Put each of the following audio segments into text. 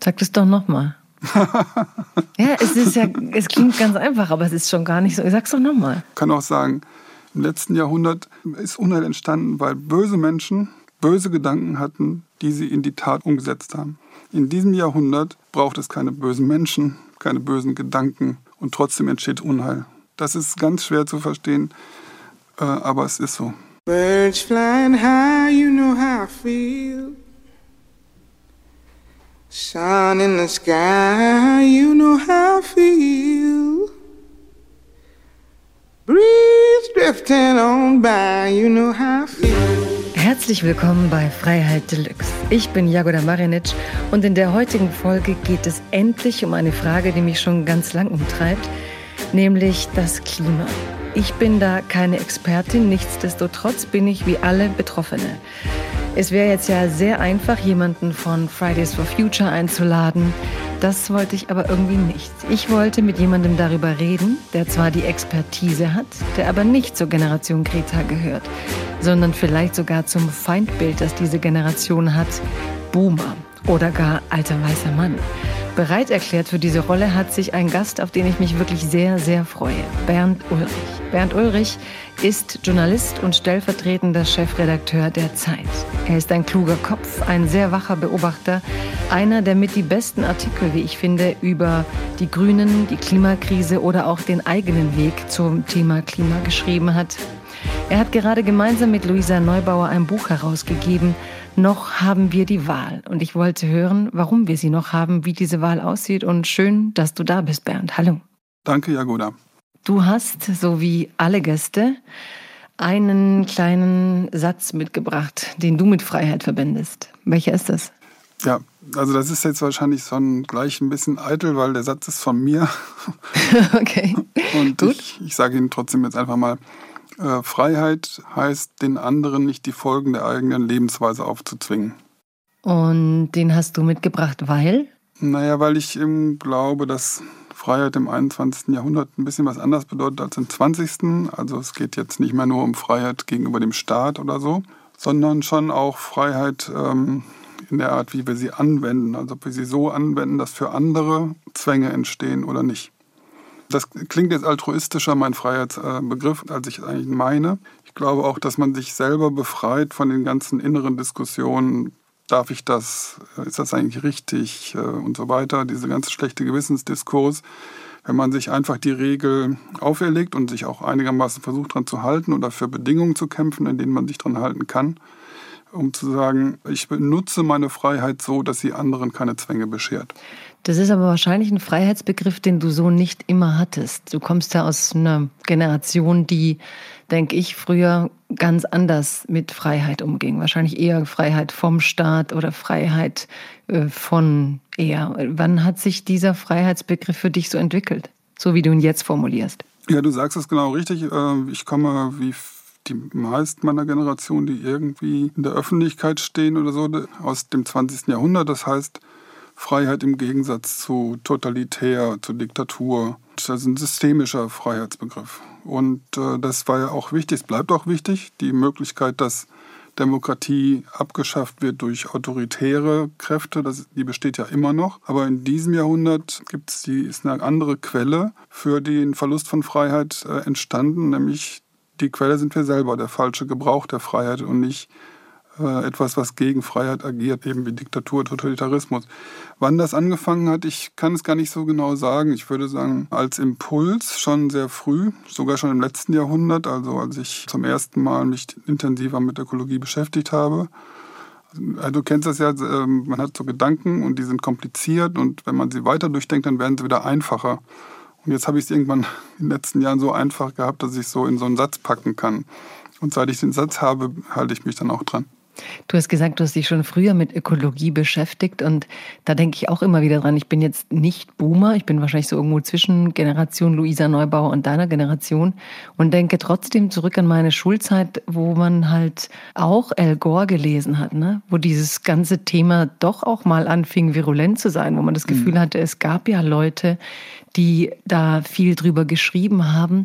Sag das doch nochmal. Ja, es klingt ganz einfach, aber es ist schon gar nicht so. Sag's doch nochmal. Ich kann auch sagen, im letzten Jahrhundert ist Unheil entstanden, weil böse Menschen böse Gedanken hatten, die sie in die Tat umgesetzt haben. In diesem Jahrhundert braucht es keine bösen Menschen, keine bösen Gedanken und trotzdem entsteht Unheil. Das ist ganz schwer zu verstehen, aber es ist so. Birds flying high, you know how I feel. Sun in the sky, you know how I feel. Breeze drifting on by, you know how I feel. Herzlich willkommen bei Freiheit Deluxe. Ich bin Jagoda Marinic und in der heutigen Folge geht es endlich um eine Frage, die mich schon ganz lang umtreibt, nämlich das Klima. Ich bin da keine Expertin, nichtsdestotrotz bin ich wie alle Betroffene. Es wäre jetzt ja sehr einfach, jemanden von Fridays for Future einzuladen. Das wollte ich aber irgendwie nicht. Ich wollte mit jemandem darüber reden, der zwar die Expertise hat, der aber nicht zur Generation Greta gehört, sondern vielleicht sogar zum Feindbild, das diese Generation hat, Boomer oder gar alter weißer Mann. Bereit erklärt für diese Rolle hat sich ein Gast, auf den ich mich wirklich sehr, sehr freue, Bernd Ulrich. Bernd Ulrich ist Journalist und stellvertretender Chefredakteur der Zeit. Er ist ein kluger Kopf, ein sehr wacher Beobachter, einer der mit die besten Artikel, wie ich finde, über die Grünen, die Klimakrise oder auch den eigenen Weg zum Thema Klima geschrieben hat. Er hat gerade gemeinsam mit Luisa Neubauer ein Buch herausgegeben, Noch haben wir die Wahl. Und ich wollte hören, warum wir sie noch haben, wie diese Wahl aussieht. Und schön, dass du da bist, Bernd. Hallo. Danke, Jagoda. Du hast, so wie alle Gäste, einen kleinen Satz mitgebracht, den du mit Freiheit verbindest. Welcher ist das? Ja, also das ist jetzt wahrscheinlich gleich ein bisschen eitel, weil der Satz ist von mir. Okay, und gut. Ich sage Ihnen trotzdem jetzt einfach mal, Freiheit heißt, den anderen nicht die Folgen der eigenen Lebensweise aufzuzwingen. Und den hast du mitgebracht, weil? Naja, weil ich eben glaube, dass Freiheit im 21. Jahrhundert ein bisschen was anderes bedeutet als im 20. Also es geht jetzt nicht mehr nur um Freiheit gegenüber dem Staat oder so, sondern schon auch Freiheit in der Art, wie wir sie anwenden. Also ob wir sie so anwenden, dass für andere Zwänge entstehen oder nicht. Das klingt jetzt altruistischer, mein Freiheitsbegriff, als ich es eigentlich meine. Ich glaube auch, dass man sich selber befreit von den ganzen inneren Diskussionen. Darf ich das? Ist das eigentlich richtig? Und so weiter. Diese ganze schlechte Gewissensdiskurs. Wenn man sich einfach die Regel auferlegt und sich auch einigermaßen versucht, daran zu halten oder für Bedingungen zu kämpfen, in denen man sich daran halten kann, um zu sagen, ich benutze meine Freiheit so, dass sie anderen keine Zwänge beschert. Das ist aber wahrscheinlich ein Freiheitsbegriff, den du so nicht immer hattest. Du kommst ja aus einer Generation, die, denke ich, früher ganz anders mit Freiheit umging. Wahrscheinlich eher Freiheit vom Staat oder Freiheit von eher. Wann hat sich dieser Freiheitsbegriff für dich so entwickelt, so wie du ihn jetzt formulierst? Ja, du sagst es genau richtig. Ich komme wie die meisten meiner Generation, die irgendwie in der Öffentlichkeit stehen oder so, aus dem 20. Jahrhundert. Das heißt, Freiheit im Gegensatz zu totalitär, zu Diktatur. Das ist ein systemischer Freiheitsbegriff. Und das war ja auch wichtig, es bleibt auch wichtig, die Möglichkeit, dass Demokratie abgeschafft wird durch autoritäre Kräfte, die besteht ja immer noch. Aber in diesem Jahrhundert ist eine andere Quelle für den Verlust von Freiheit entstanden, nämlich die Quelle sind wir selber, der falsche Gebrauch der Freiheit und nicht etwas, was gegen Freiheit agiert, eben wie Diktatur, Totalitarismus. Wann das angefangen hat, ich kann es gar nicht so genau sagen. Ich würde sagen, als Impuls schon sehr früh, sogar schon im letzten Jahrhundert, also als ich zum ersten Mal mich intensiver mit Ökologie beschäftigt habe. Du kennst das ja, man hat so Gedanken und die sind kompliziert und wenn man sie weiter durchdenkt, dann werden sie wieder einfacher. Und jetzt habe ich es irgendwann in den letzten Jahren so einfach gehabt, dass ich es so in so einen Satz packen kann. Und seit ich den Satz habe, halte ich mich dann auch dran. Du hast gesagt, du hast dich schon früher mit Ökologie beschäftigt und da denke ich auch immer wieder dran. Ich bin jetzt nicht Boomer, ich bin wahrscheinlich so irgendwo zwischen Generation Luisa Neubauer und deiner Generation und denke trotzdem zurück an meine Schulzeit, wo man halt auch Al Gore gelesen hat, ne? Wo dieses ganze Thema doch auch mal anfing, virulent zu sein, wo man das Gefühl hatte, es gab ja Leute, die da viel drüber geschrieben haben.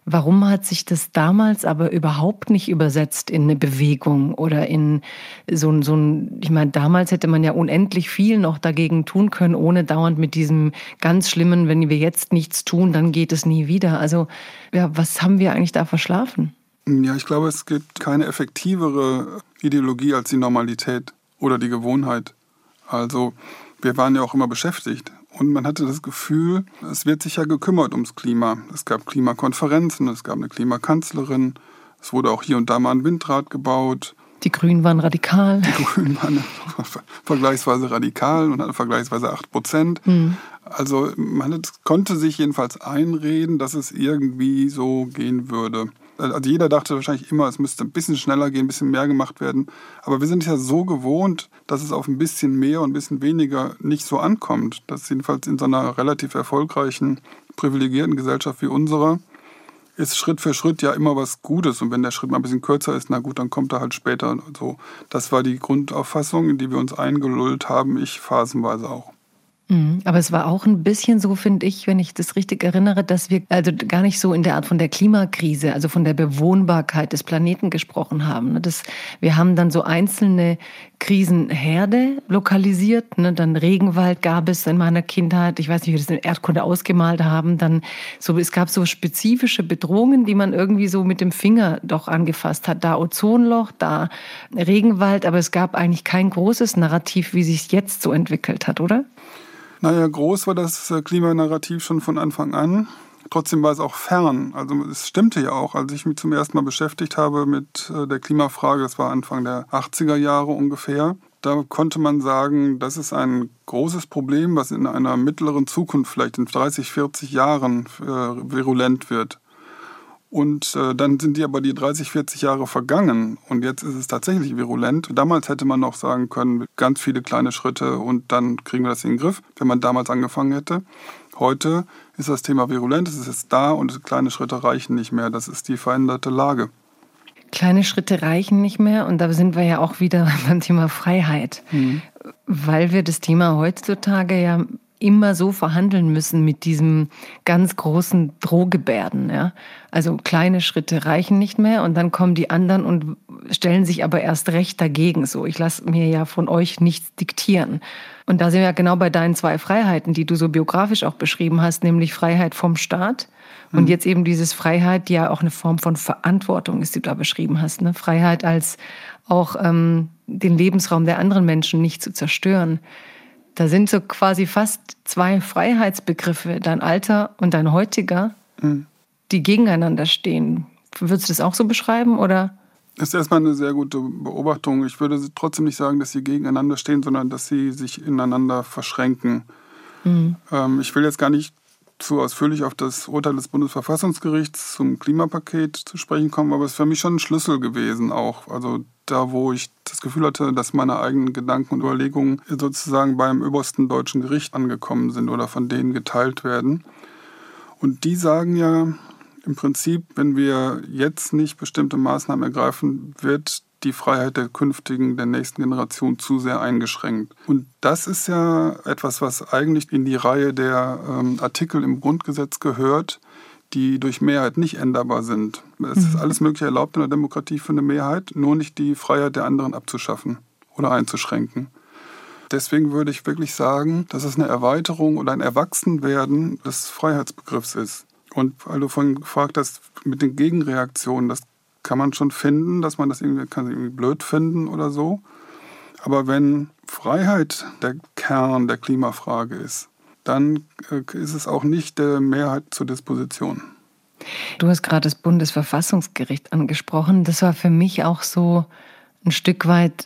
Warum hat sich das damals aber überhaupt nicht übersetzt in eine Bewegung oder in so ein, ich meine, damals hätte man ja unendlich viel noch dagegen tun können, ohne dauernd mit diesem ganz schlimmen, wenn wir jetzt nichts tun, dann geht es nie wieder. Also, ja, was haben wir eigentlich da verschlafen? Ja, ich glaube, es gibt keine effektivere Ideologie als die Normalität oder die Gewohnheit. Also wir waren ja auch immer beschäftigt und man hatte das Gefühl, es wird sich ja gekümmert ums Klima. Es gab Klimakonferenzen, es gab eine Klimakanzlerin, es wurde auch hier und da mal ein Windrad gebaut. Die Grünen waren radikal. Die Grünen waren vergleichsweise radikal und hatten vergleichsweise 8%. Also man konnte sich jedenfalls einreden, dass es irgendwie so gehen würde. Also jeder dachte wahrscheinlich immer, es müsste ein bisschen schneller gehen, ein bisschen mehr gemacht werden. Aber wir sind ja so gewohnt, dass es auf ein bisschen mehr und ein bisschen weniger nicht so ankommt. Das jedenfalls in so einer relativ erfolgreichen, privilegierten Gesellschaft wie unserer ist Schritt für Schritt ja immer was Gutes. Und wenn der Schritt mal ein bisschen kürzer ist, na gut, dann kommt er halt später. So. Das war die Grundauffassung, in die wir uns eingelullt haben, ich phasenweise auch. Aber es war auch ein bisschen so, finde ich, wenn ich das richtig erinnere, dass wir also gar nicht so in der Art von der Klimakrise, also von der Bewohnbarkeit des Planeten gesprochen haben. Wir haben dann so einzelne Krisenherde lokalisiert. Dann Regenwald gab es in meiner Kindheit. Ich weiß nicht, wie wir das in Erdkunde ausgemalt haben. Es gab so spezifische Bedrohungen, die man irgendwie so mit dem Finger doch angefasst hat. Da Ozonloch, da Regenwald. Aber es gab eigentlich kein großes Narrativ, wie sich es jetzt so entwickelt hat, oder? Naja, groß war das Klimanarrativ schon von Anfang an. Trotzdem war es auch fern. Also es stimmte ja auch, als ich mich zum ersten Mal beschäftigt habe mit der Klimafrage, das war Anfang der 80er Jahre ungefähr, da konnte man sagen, das ist ein großes Problem, was in einer mittleren Zukunft, vielleicht in 30, 40 Jahren virulent wird. Und dann sind die 30, 40 Jahre vergangen und jetzt ist es tatsächlich virulent. Damals hätte man noch sagen können, ganz viele kleine Schritte und dann kriegen wir das in den Griff, wenn man damals angefangen hätte. Heute ist das Thema virulent, es ist jetzt da und kleine Schritte reichen nicht mehr. Das ist die veränderte Lage. Kleine Schritte reichen nicht mehr und da sind wir ja auch wieder beim Thema Freiheit, weil wir das Thema heutzutage ja immer so verhandeln müssen mit diesem ganz großen Drohgebärden. Ja? Also kleine Schritte reichen nicht mehr und dann kommen die anderen und stellen sich aber erst recht dagegen. So, ich lasse mir ja von euch nichts diktieren. Und da sind wir ja genau bei deinen 2 Freiheiten, die du so biografisch auch beschrieben hast, nämlich Freiheit vom Staat und jetzt eben dieses Freiheit, die ja auch eine Form von Verantwortung ist, die du da beschrieben hast. Ne? Freiheit als auch den Lebensraum der anderen Menschen nicht zu zerstören. Da sind so quasi fast 2 Freiheitsbegriffe, dein alter und dein heutiger, die gegeneinander stehen. Würdest du das auch so beschreiben, oder? Das ist erstmal eine sehr gute Beobachtung. Ich würde trotzdem nicht sagen, dass sie gegeneinander stehen, sondern dass sie sich ineinander verschränken. Ich will jetzt gar nicht zu ausführlich auf das Urteil des Bundesverfassungsgerichts zum Klimapaket zu sprechen kommen, aber es ist für mich schon ein Schlüssel gewesen auch. Also da, wo ich das Gefühl hatte, dass meine eigenen Gedanken und Überlegungen sozusagen beim obersten deutschen Gericht angekommen sind oder von denen geteilt werden. Und die sagen ja im Prinzip, wenn wir jetzt nicht bestimmte Maßnahmen ergreifen, wird die Freiheit der nächsten Generation zu sehr eingeschränkt. Und das ist ja etwas, was eigentlich in die Reihe der Artikel im Grundgesetz gehört, die durch Mehrheit nicht änderbar sind. Es ist alles Mögliche erlaubt in der Demokratie für eine Mehrheit, nur nicht die Freiheit der anderen abzuschaffen oder einzuschränken. Deswegen würde ich wirklich sagen, dass es eine Erweiterung oder ein Erwachsenwerden des Freiheitsbegriffs ist. Und weil du vorhin gefragt hast, mit den Gegenreaktionen, das kann man schon finden, dass man das irgendwie blöd finden oder so. Aber wenn Freiheit der Kern der Klimafrage ist, dann ist es auch nicht der Mehrheit zur Disposition. Du hast gerade das Bundesverfassungsgericht angesprochen. Das war für mich auch so ein Stück weit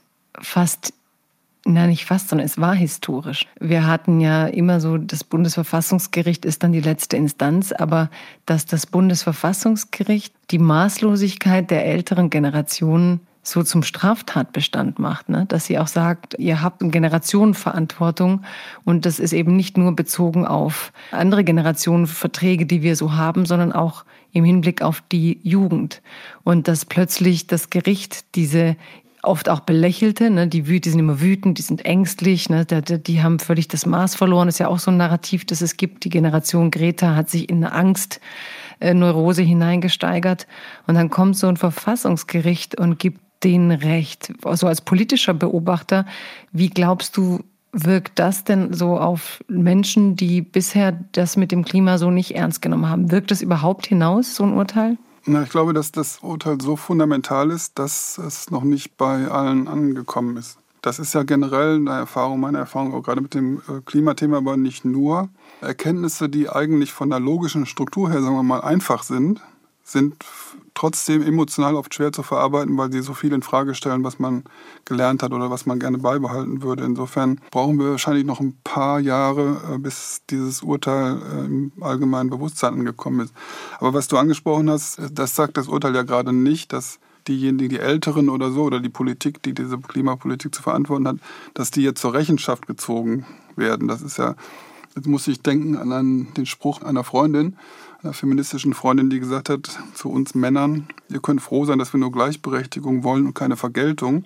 nicht fast, sondern es war historisch. Wir hatten ja immer so, das Bundesverfassungsgericht ist dann die letzte Instanz, aber dass das Bundesverfassungsgericht die Maßlosigkeit der älteren Generationen so zum Straftatbestand macht, ne? Dass sie auch sagt, ihr habt eine Generationenverantwortung und das ist eben nicht nur bezogen auf andere Generationenverträge, die wir so haben, sondern auch im Hinblick auf die Jugend. Und dass plötzlich das Gericht diese oft auch Belächelte, ne? Die sind immer wütend, die sind ängstlich, ne? Die haben völlig das Maß verloren. Das ist ja auch so ein Narrativ, das es gibt. Die Generation Greta hat sich in eine Angst Neurose hineingesteigert. Und dann kommt so ein Verfassungsgericht und gibt denen Recht. Also als politischer Beobachter, wie glaubst du, wirkt das denn so auf Menschen, die bisher das mit dem Klima so nicht ernst genommen haben? Wirkt das überhaupt hinaus, so ein Urteil? Na, ich glaube, dass das Urteil so fundamental ist, dass es noch nicht bei allen angekommen ist. Das ist ja generell eine Erfahrung, meine Erfahrung auch gerade mit dem Klimathema, aber nicht nur. Erkenntnisse, die eigentlich von der logischen Struktur her, sagen wir mal, einfach sind trotzdem emotional oft schwer zu verarbeiten, weil sie so viel in Frage stellen, was man gelernt hat oder was man gerne beibehalten würde. Insofern brauchen wir wahrscheinlich noch ein paar Jahre, bis dieses Urteil im allgemeinen Bewusstsein angekommen ist. Aber was du angesprochen hast, das sagt das Urteil ja gerade nicht, dass diejenigen, die Älteren oder so, oder die Politik, die diese Klimapolitik zu verantworten hat, dass die jetzt zur Rechenschaft gezogen werden. Das ist ja, jetzt muss ich denken an den Spruch einer Freundin, einer feministischen Freundin, die gesagt hat zu uns Männern, ihr könnt froh sein, dass wir nur Gleichberechtigung wollen und keine Vergeltung.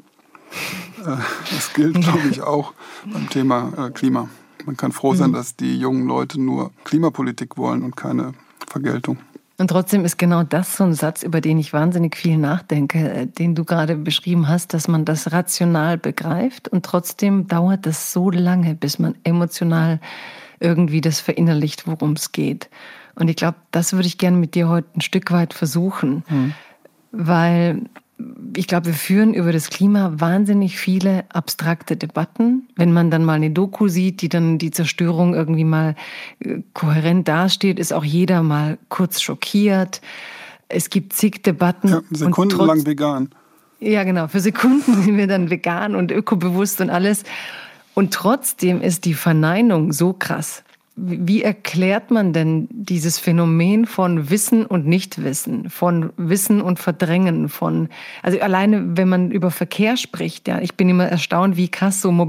Das gilt, glaube ich, auch beim Thema Klima. Man kann froh sein, dass die jungen Leute nur Klimapolitik wollen und keine Vergeltung. Und trotzdem ist genau das so ein Satz, über den ich wahnsinnig viel nachdenke, den du gerade beschrieben hast, dass man das rational begreift und trotzdem dauert das so lange, bis man emotional irgendwie das verinnerlicht, worum es geht. Und ich glaube, das würde ich gerne mit dir heute ein Stück weit versuchen, weil ich glaube, wir führen über das Klima wahnsinnig viele abstrakte Debatten. Wenn man dann mal eine Doku sieht, die dann die Zerstörung irgendwie mal kohärent dasteht, ist auch jeder mal kurz schockiert. Es gibt zig Debatten. Ja, sekundenlang vegan. Ja, genau. Für Sekunden sind wir dann vegan und ökobewusst und alles. Und trotzdem ist die Verneinung so krass. Wie erklärt man denn dieses Phänomen von Wissen und Nichtwissen, von Wissen und Verdrängen, also alleine, wenn man über Verkehr spricht, ja, ich bin immer erstaunt, wie krass so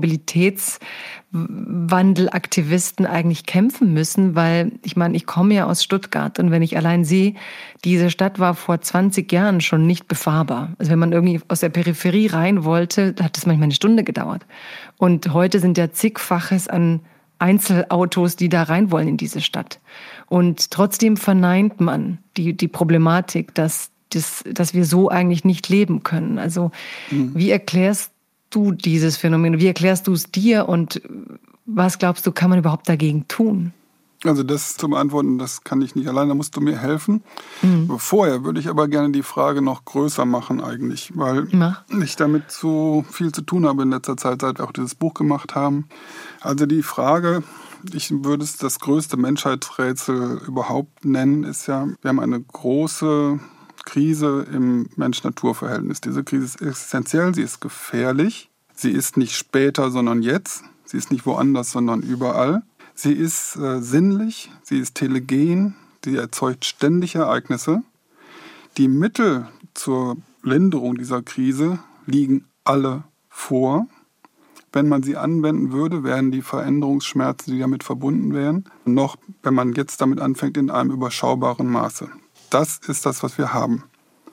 Mobilitätswandelaktivisten eigentlich kämpfen müssen, weil ich meine, ich komme ja aus Stuttgart und wenn ich allein sehe, diese Stadt war vor 20 Jahren schon nicht befahrbar. Also wenn man irgendwie aus der Peripherie rein wollte, hat das manchmal eine Stunde gedauert. Und heute sind ja zigfaches an Einzelautos, die da rein wollen in diese Stadt. Und trotzdem verneint man die Problematik, dass wir so eigentlich nicht leben können. Also wie erklärst du dieses Phänomen? Wie erklärst du es dir und was glaubst du, kann man überhaupt dagegen tun? Also das zu beantworten, das kann ich nicht allein, da musst du mir helfen. Vorher würde ich aber gerne die Frage noch größer machen eigentlich, weil ich damit so viel zu tun habe in letzter Zeit, seit wir auch dieses Buch gemacht haben. Also die Frage, ich würde es das größte Menschheitsrätsel überhaupt nennen, ist ja, wir haben eine große Krise im Mensch-Natur-Verhältnis. Diese Krise ist existenziell, sie ist gefährlich, sie ist nicht später, sondern jetzt, sie ist nicht woanders, sondern überall. Sie ist sinnlich, sie ist telegen, sie erzeugt ständig Ereignisse. Die Mittel zur Linderung dieser Krise liegen alle vor. Wenn man sie anwenden würde, wären die Veränderungsschmerzen, die damit verbunden wären, noch, wenn man jetzt damit anfängt, in einem überschaubaren Maße. Das ist das, was wir haben.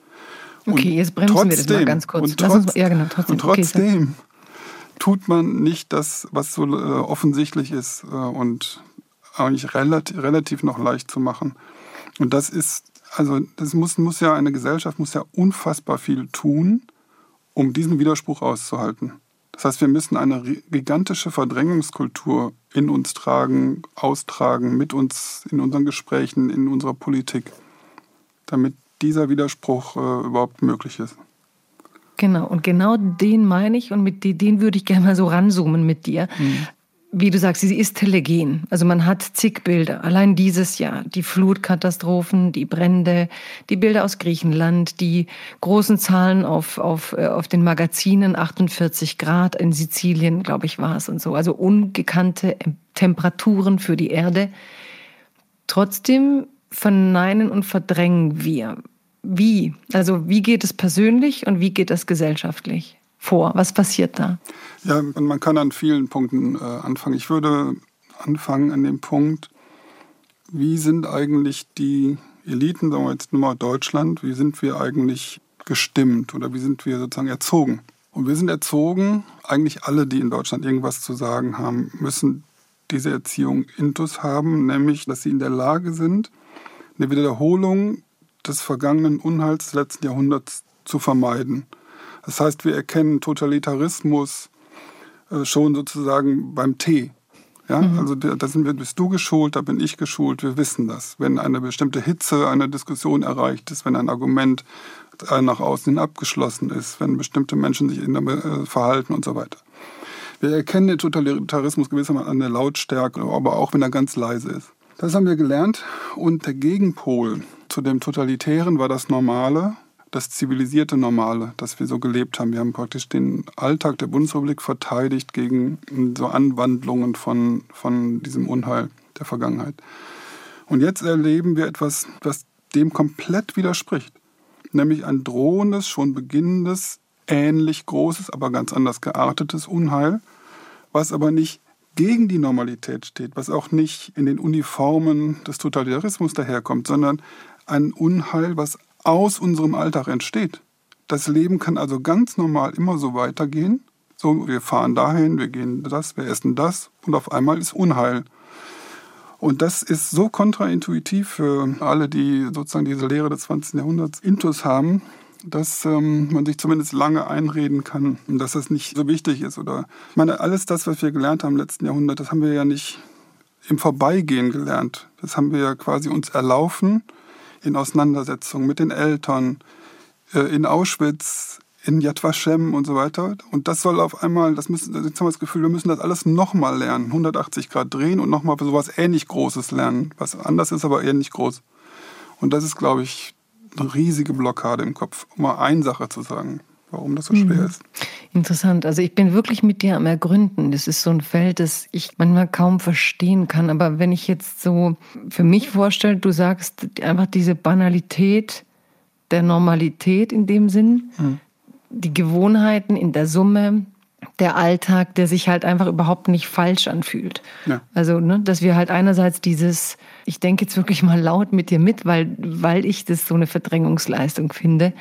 Okay, jetzt bremsen wir das mal ganz kurz. Trotzdem tut man nicht das, was so offensichtlich ist und eigentlich relativ noch leicht zu machen. Und das ist, also das muss ja, eine Gesellschaft muss ja unfassbar viel tun, um diesen Widerspruch auszuhalten. Das heißt, wir müssen eine gigantische Verdrängungskultur in uns tragen, austragen, mit uns in unseren Gesprächen, in unserer Politik, damit dieser Widerspruch überhaupt möglich ist. Genau, und genau den meine ich und mit den würde ich gerne mal so ranzoomen mit dir. Wie du sagst, sie ist telegen. Also man hat zig Bilder. Allein dieses Jahr die Flutkatastrophen, die Brände, die Bilder aus Griechenland, die großen Zahlen auf den Magazinen, 48 Grad in Sizilien, glaube ich, war es und so. Also ungekannte Temperaturen für die Erde. Trotzdem verneinen und verdrängen wir. Wie? Also wie geht es persönlich und wie geht es gesellschaftlich vor? Was passiert da? Ja, man kann an vielen Punkten anfangen. Ich würde anfangen an dem Punkt, wie sind eigentlich die Eliten, sagen wir jetzt nur mal Deutschland, wie sind wir eigentlich gestimmt oder wie sind wir sozusagen erzogen? Und wir sind erzogen, eigentlich alle, die in Deutschland irgendwas zu sagen haben, müssen diese Erziehung intus haben, nämlich, dass sie in der Lage sind, eine Wiederholung des vergangenen Unheils des letzten Jahrhunderts zu vermeiden. Das heißt, wir erkennen Totalitarismus schon sozusagen beim Tee. Ja? Also bist du geschult, da bin ich geschult, wir wissen das. Wenn eine bestimmte Hitze einer Diskussion erreicht ist, wenn ein Argument nach außen hin abgeschlossen ist, wenn bestimmte Menschen sich verhalten und so weiter. Wir erkennen den Totalitarismus gewissermaßen an der Lautstärke, aber auch wenn er ganz leise ist. Das haben wir gelernt und der Gegenpol zu dem Totalitären war das Normale, das zivilisierte Normale, das wir so gelebt haben. Wir haben praktisch den Alltag der Bundesrepublik verteidigt gegen so Anwandlungen von diesem Unheil der Vergangenheit. Und jetzt erleben wir etwas, was dem komplett widerspricht. Nämlich ein drohendes, schon beginnendes, ähnlich großes, aber ganz anders geartetes Unheil, was aber nicht gegen die Normalität steht, was auch nicht in den Uniformen des Totalitarismus daherkommt, sondern ein Unheil, was aus unserem Alltag entsteht. Das Leben kann also ganz normal immer so weitergehen. So, wir fahren dahin, wir gehen das, wir essen das und auf einmal ist Unheil. Und das ist so kontraintuitiv für alle, die sozusagen diese Lehre des 20. Jahrhunderts intus haben, dass man sich zumindest lange einreden kann, dass das nicht so wichtig ist. Oder ich meine, alles das, was wir gelernt haben im letzten Jahrhundert, das haben wir ja nicht im Vorbeigehen gelernt. Das haben wir ja quasi uns erlaufen in Auseinandersetzungen mit den Eltern, in Auschwitz, in Yad Vashem und so weiter. Und das soll auf einmal, jetzt haben wir das Gefühl, wir müssen das alles nochmal lernen, 180 Grad drehen und nochmal für sowas ähnlich Großes lernen. Was anders ist, aber ähnlich groß. Und das ist, glaube ich, eine riesige Blockade im Kopf, um mal eine Sache zu sagen, warum das so schwer ist. Interessant. Also ich bin wirklich mit dir am Ergründen. Das ist so ein Feld, das ich manchmal kaum verstehen kann. Aber wenn ich jetzt so für mich vorstelle, du sagst einfach diese Banalität der Normalität in dem Sinn, die Gewohnheiten in der Summe, der Alltag, der sich halt einfach überhaupt nicht falsch anfühlt. Ja. Also, dass wir halt einerseits dieses, ich denke jetzt wirklich mal laut mit dir mit, weil ich das so eine Verdrängungsleistung finde,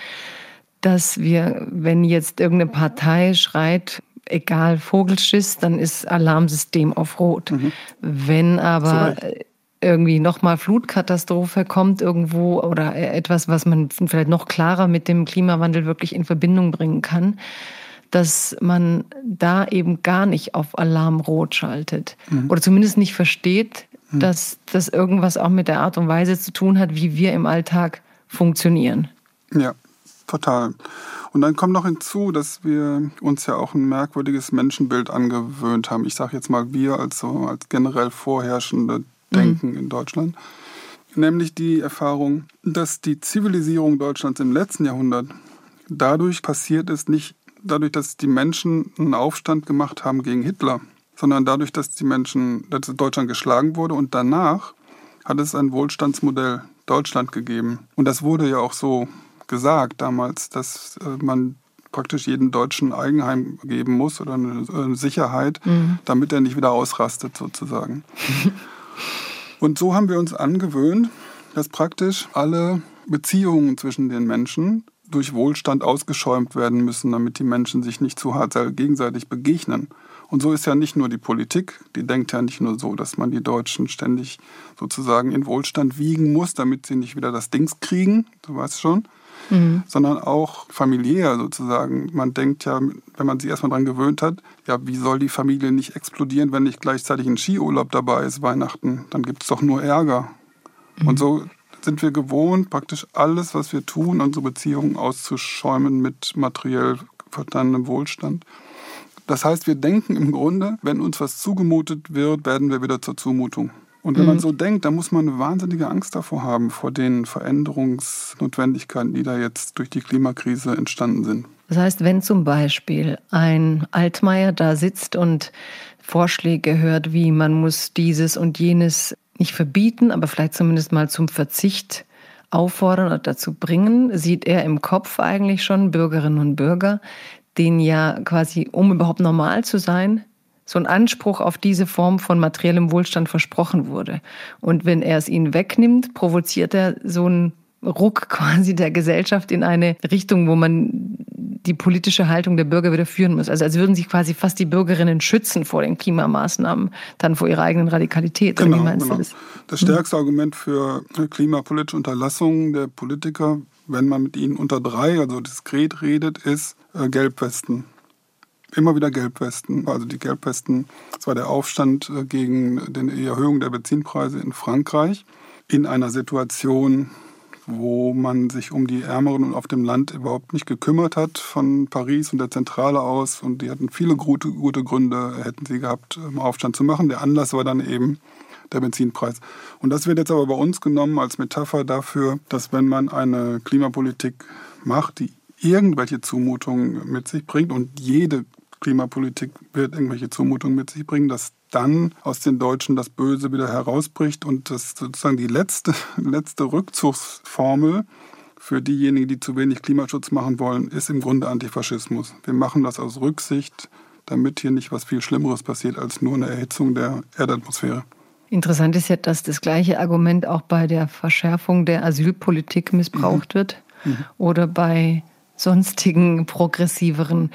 dass wir, wenn jetzt irgendeine Partei schreit, egal Vogelschiss, dann ist Alarmsystem auf Rot. Wenn aber irgendwie nochmal Flutkatastrophe kommt irgendwo oder etwas, was man vielleicht noch klarer mit dem Klimawandel wirklich in Verbindung bringen kann, dass man da eben gar nicht auf Alarmrot schaltet. Oder zumindest nicht versteht, dass das irgendwas auch mit der Art und Weise zu tun hat, wie wir im Alltag funktionieren. Ja, total. Und dann kommt noch hinzu, dass wir uns ja auch ein merkwürdiges Menschenbild angewöhnt haben. Ich sage jetzt mal wir als generell vorherrschende Denken in Deutschland. Nämlich die Erfahrung, dass die Zivilisierung Deutschlands im letzten Jahrhundert dadurch passiert ist, nicht dadurch, dass die Menschen einen Aufstand gemacht haben gegen Hitler, sondern dadurch, dass Deutschland geschlagen wurde und danach hat es ein Wohlstandsmodell Deutschland gegeben. Und das wurde ja auch so gesagt damals, dass man praktisch jeden Deutschen Eigenheim geben muss oder eine Sicherheit, damit er nicht wieder ausrastet sozusagen. Und so haben wir uns angewöhnt, dass praktisch alle Beziehungen zwischen den Menschen durch Wohlstand ausgeschäumt werden müssen, damit die Menschen sich nicht zu hart gegenseitig begegnen. Und so ist ja nicht nur die Politik, die denkt ja nicht nur so, dass man die Deutschen ständig sozusagen in Wohlstand wiegen muss, damit sie nicht wieder das Dings kriegen, du weißt schon, sondern auch familiär sozusagen. Man denkt ja, wenn man sich erstmal daran gewöhnt hat, ja, wie soll die Familie nicht explodieren, wenn nicht gleichzeitig ein Skiurlaub dabei ist, Weihnachten, dann gibt es doch nur Ärger. Und so sind wir gewohnt, praktisch alles, was wir tun, unsere Beziehungen auszuschäumen mit materiell verstandenem Wohlstand. Das heißt, wir denken im Grunde, wenn uns was zugemutet wird, werden wir wieder zur Zumutung. Und wenn man so denkt, dann muss man eine wahnsinnige Angst davor haben, vor den Veränderungsnotwendigkeiten, die da jetzt durch die Klimakrise entstanden sind. Das heißt, wenn zum Beispiel ein Altmaier da sitzt und Vorschläge hört, wie man muss dieses und jenes nicht verbieten, aber vielleicht zumindest mal zum Verzicht auffordern oder dazu bringen, sieht er im Kopf eigentlich schon Bürgerinnen und Bürger, denen ja quasi, um überhaupt normal zu sein, so ein Anspruch auf diese Form von materiellem Wohlstand versprochen wurde. Und wenn er es ihnen wegnimmt, provoziert er so einen Ruck quasi der Gesellschaft in eine Richtung, wo man die politische Haltung der Bürger wieder führen muss. Also als würden sich quasi fast die Bürgerinnen schützen vor den Klimamaßnahmen, dann vor ihrer eigenen Radikalität. Genau, wie meinst du das? Das stärkste Argument für klimapolitische Unterlassung der Politiker, wenn man mit ihnen unter 3, also diskret redet, ist Gelbwesten. Immer wieder Gelbwesten. Also die Gelbwesten, das war der Aufstand gegen die Erhöhung der Benzinpreise in Frankreich in einer Situation, wo man sich um die Ärmeren und auf dem Land überhaupt nicht gekümmert hat von Paris und der Zentrale aus. Und die hatten viele gute Gründe, hätten sie gehabt, Aufstand zu machen. Der Anlass war dann eben der Benzinpreis. Und das wird jetzt aber bei uns genommen als Metapher dafür, dass wenn man eine Klimapolitik macht, die irgendwelche Zumutungen mit sich bringt, und jede Klimapolitik wird irgendwelche Zumutungen mit sich bringen, dass dann aus den Deutschen das Böse wieder herausbricht und das sozusagen die letzte Rückzugsformel für diejenigen, die zu wenig Klimaschutz machen wollen, ist im Grunde Antifaschismus. Wir machen das aus Rücksicht, damit hier nicht was viel Schlimmeres passiert als nur eine Erhitzung der Erdatmosphäre. Interessant ist ja, dass das gleiche Argument auch bei der Verschärfung der Asylpolitik missbraucht wird oder bei sonstigen progressiveren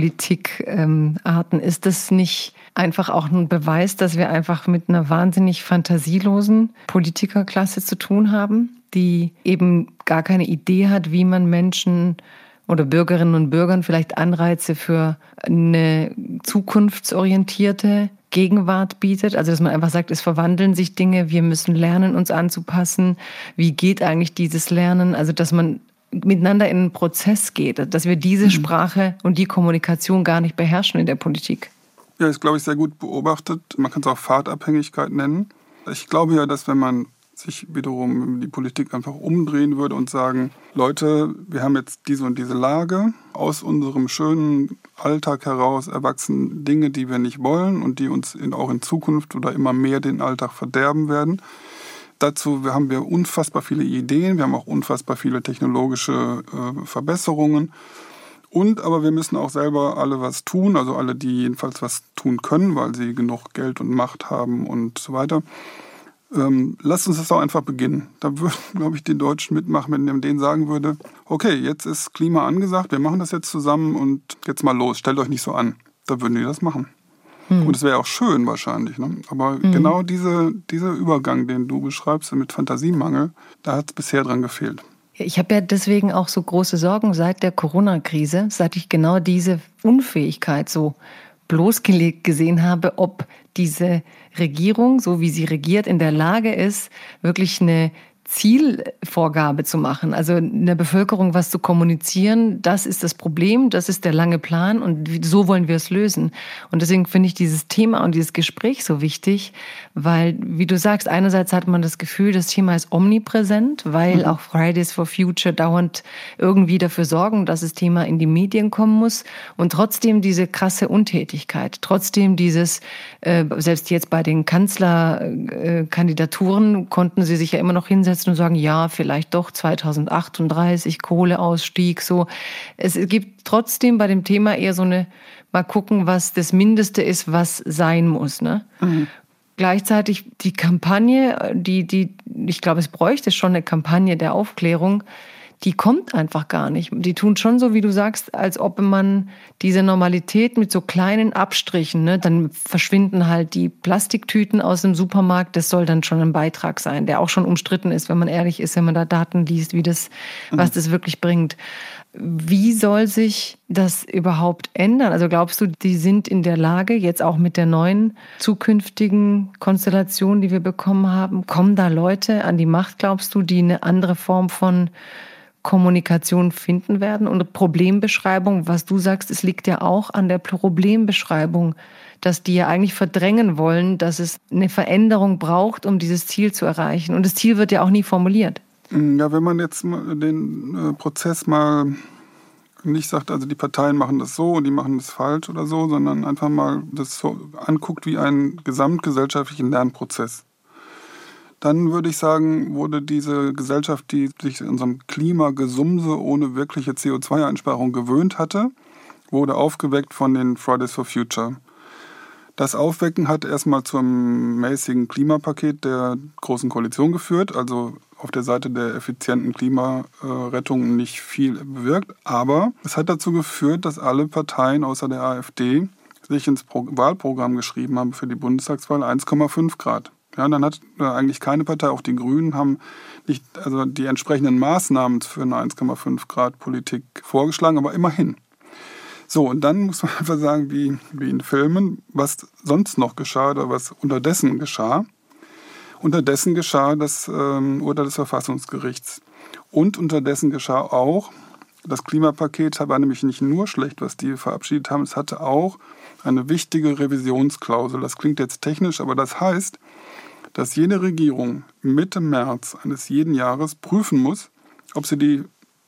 Politikarten. Ist das nicht einfach auch ein Beweis, dass wir einfach mit einer wahnsinnig fantasielosen Politikerklasse zu tun haben, die eben gar keine Idee hat, wie man Menschen oder Bürgerinnen und Bürgern vielleicht Anreize für eine zukunftsorientierte Gegenwart bietet? Also dass man einfach sagt, es verwandeln sich Dinge, wir müssen lernen, uns anzupassen. Wie geht eigentlich dieses Lernen? Also dass man miteinander in einen Prozess geht, dass wir diese Sprache und die Kommunikation gar nicht beherrschen in der Politik. Ja, ist, glaube ich, sehr gut beobachtet. Man kann es auch Pfadabhängigkeit nennen. Ich glaube ja, dass wenn man sich wiederum die Politik einfach umdrehen würde und sagen, Leute, wir haben jetzt diese und diese Lage, aus unserem schönen Alltag heraus erwachsen Dinge, die wir nicht wollen und die uns auch in Zukunft oder immer mehr den Alltag verderben werden. Dazu haben wir unfassbar viele Ideen, wir haben auch unfassbar viele technologische Verbesserungen. Aber wir müssen auch selber alle was tun, also alle, die jedenfalls was tun können, weil sie genug Geld und Macht haben und so weiter. Lasst uns das auch einfach beginnen. Da würden, glaube ich, die Deutschen mitmachen, wenn man denen sagen würde, okay, jetzt ist Klima angesagt, wir machen das jetzt zusammen und jetzt mal los, stellt euch nicht so an. Da würden die das machen. Und es wäre auch schön wahrscheinlich. Ne? Aber genau dieser Übergang, den du beschreibst mit Fantasiemangel, da hat es bisher dran gefehlt. Ich habe ja deswegen auch so große Sorgen seit der Corona-Krise, seit ich genau diese Unfähigkeit so bloßgelegt gesehen habe, ob diese Regierung, so wie sie regiert, in der Lage ist, wirklich eine Zielvorgabe zu machen, also in der Bevölkerung was zu kommunizieren, das ist das Problem, das ist der lange Plan und so wollen wir es lösen. Und deswegen finde ich dieses Thema und dieses Gespräch so wichtig, weil, wie du sagst, einerseits hat man das Gefühl, das Thema ist omnipräsent, weil auch Fridays for Future dauernd irgendwie dafür sorgen, dass das Thema in die Medien kommen muss und trotzdem diese krasse Untätigkeit, trotzdem dieses, selbst jetzt bei den Kanzlerkandidaturen konnten sie sich ja immer noch hinsetzen und sagen, ja, vielleicht doch 2038, Kohleausstieg, so. Es gibt trotzdem bei dem Thema eher so eine, mal gucken, was das Mindeste ist, was sein muss, ne? Gleichzeitig die Kampagne, ich glaube, es bräuchte schon eine Kampagne der Aufklärung, die kommt einfach gar nicht. Die tun schon so, wie du sagst, als ob man diese Normalität mit so kleinen Abstrichen, ne, dann verschwinden halt die Plastiktüten aus dem Supermarkt. Das soll dann schon ein Beitrag sein, der auch schon umstritten ist, wenn man ehrlich ist, wenn man da Daten liest, was das wirklich bringt. Wie soll sich das überhaupt ändern? Also glaubst du, die sind in der Lage, jetzt auch mit der neuen zukünftigen Konstellation, die wir bekommen haben, kommen da Leute an die Macht, glaubst du, die eine andere Form von Kommunikation finden werden? Und Problembeschreibung, was du sagst, es liegt ja auch an der Problembeschreibung, dass die ja eigentlich verdrängen wollen, dass es eine Veränderung braucht, um dieses Ziel zu erreichen. Und das Ziel wird ja auch nie formuliert. Ja, wenn man jetzt den Prozess mal nicht sagt, also die Parteien machen das so und die machen das falsch oder so, sondern einfach mal das so anguckt wie einen gesamtgesellschaftlichen Lernprozess. Dann würde ich sagen, wurde diese Gesellschaft, die sich in unserem Klimagesumse ohne wirkliche CO2-Einsparung gewöhnt hatte, wurde aufgeweckt von den Fridays for Future. Das Aufwecken hat erstmal zum mäßigen Klimapaket der Großen Koalition geführt, also auf der Seite der effizienten Klimarettung nicht viel bewirkt. Aber es hat dazu geführt, dass alle Parteien außer der AfD sich ins Wahlprogramm geschrieben haben für die Bundestagswahl 1,5 Grad. Ja, dann hat eigentlich keine Partei, auch die Grünen, haben nicht die entsprechenden Maßnahmen für eine 1,5 Grad Politik vorgeschlagen, aber immerhin. So, und dann muss man einfach sagen, wie in Filmen, was sonst noch geschah oder was unterdessen geschah. Unterdessen geschah das Urteil des Verfassungsgerichts. Und unterdessen geschah auch, das Klimapaket war nämlich nicht nur schlecht, was die verabschiedet haben, es hatte auch eine wichtige Revisionsklausel. Das klingt jetzt technisch, aber das heißt, dass jede Regierung Mitte März eines jeden Jahres prüfen muss, ob sie die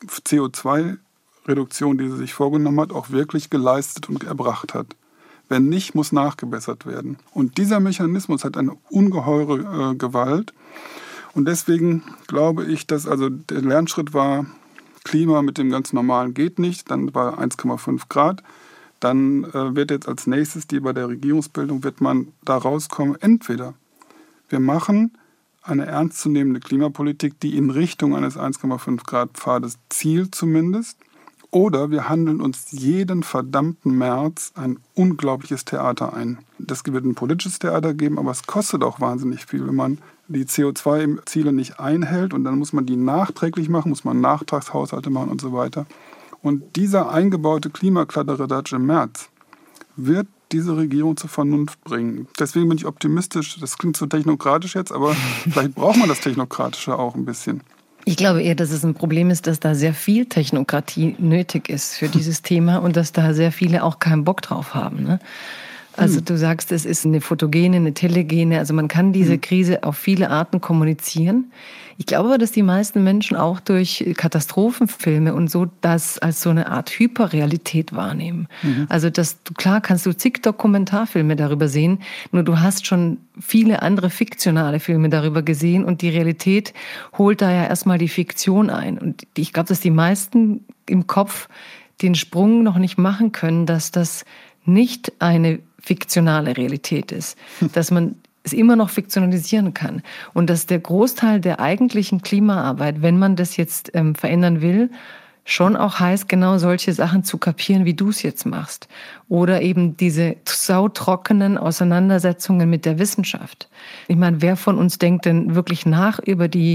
CO2-Reduktion, die sie sich vorgenommen hat, auch wirklich geleistet und erbracht hat. Wenn nicht, muss nachgebessert werden. Und dieser Mechanismus hat eine ungeheure Gewalt. Und deswegen glaube ich, dass der Lernschritt war, Klima mit dem ganz normalen geht nicht, dann war 1,5 Grad. Dann wird jetzt als nächstes, bei der Regierungsbildung, wird man da rauskommen, entweder wir machen eine ernstzunehmende Klimapolitik, die in Richtung eines 1,5 Grad Pfades zielt zumindest, oder wir handeln uns jeden verdammten März ein unglaubliches Theater ein. Das wird ein politisches Theater geben, aber es kostet auch wahnsinnig viel, wenn man die CO2-Ziele nicht einhält und dann muss man die nachträglich machen, muss man Nachtragshaushalte machen und so weiter. Und dieser eingebaute Klimakladderadatsch im März wird diese Regierung zur Vernunft bringen. Deswegen bin ich optimistisch. Das klingt so technokratisch jetzt, aber vielleicht braucht man das Technokratische auch ein bisschen. Ich glaube eher, dass es ein Problem ist, dass da sehr viel Technokratie nötig ist für dieses Thema und dass da sehr viele auch keinen Bock drauf haben. Ne? Also du sagst, es ist eine Photogene, eine Telegene, also man kann diese Krise auf viele Arten kommunizieren. Ich glaube aber, dass die meisten Menschen auch durch Katastrophenfilme und so das als so eine Art Hyperrealität wahrnehmen. Also klar kannst du zig Dokumentarfilme darüber sehen, nur du hast schon viele andere fiktionale Filme darüber gesehen und die Realität holt da ja erstmal die Fiktion ein. Und ich glaube, dass die meisten im Kopf den Sprung noch nicht machen können, dass das nicht eine fiktionale Realität ist, dass man es immer noch fiktionalisieren kann und dass der Großteil der eigentlichen Klimaarbeit, wenn man das jetzt verändern will, schon auch heißt, genau solche Sachen zu kapieren, wie du es jetzt machst. Oder eben diese sautrockenen Auseinandersetzungen mit der Wissenschaft. Ich meine, wer von uns denkt denn wirklich nach über die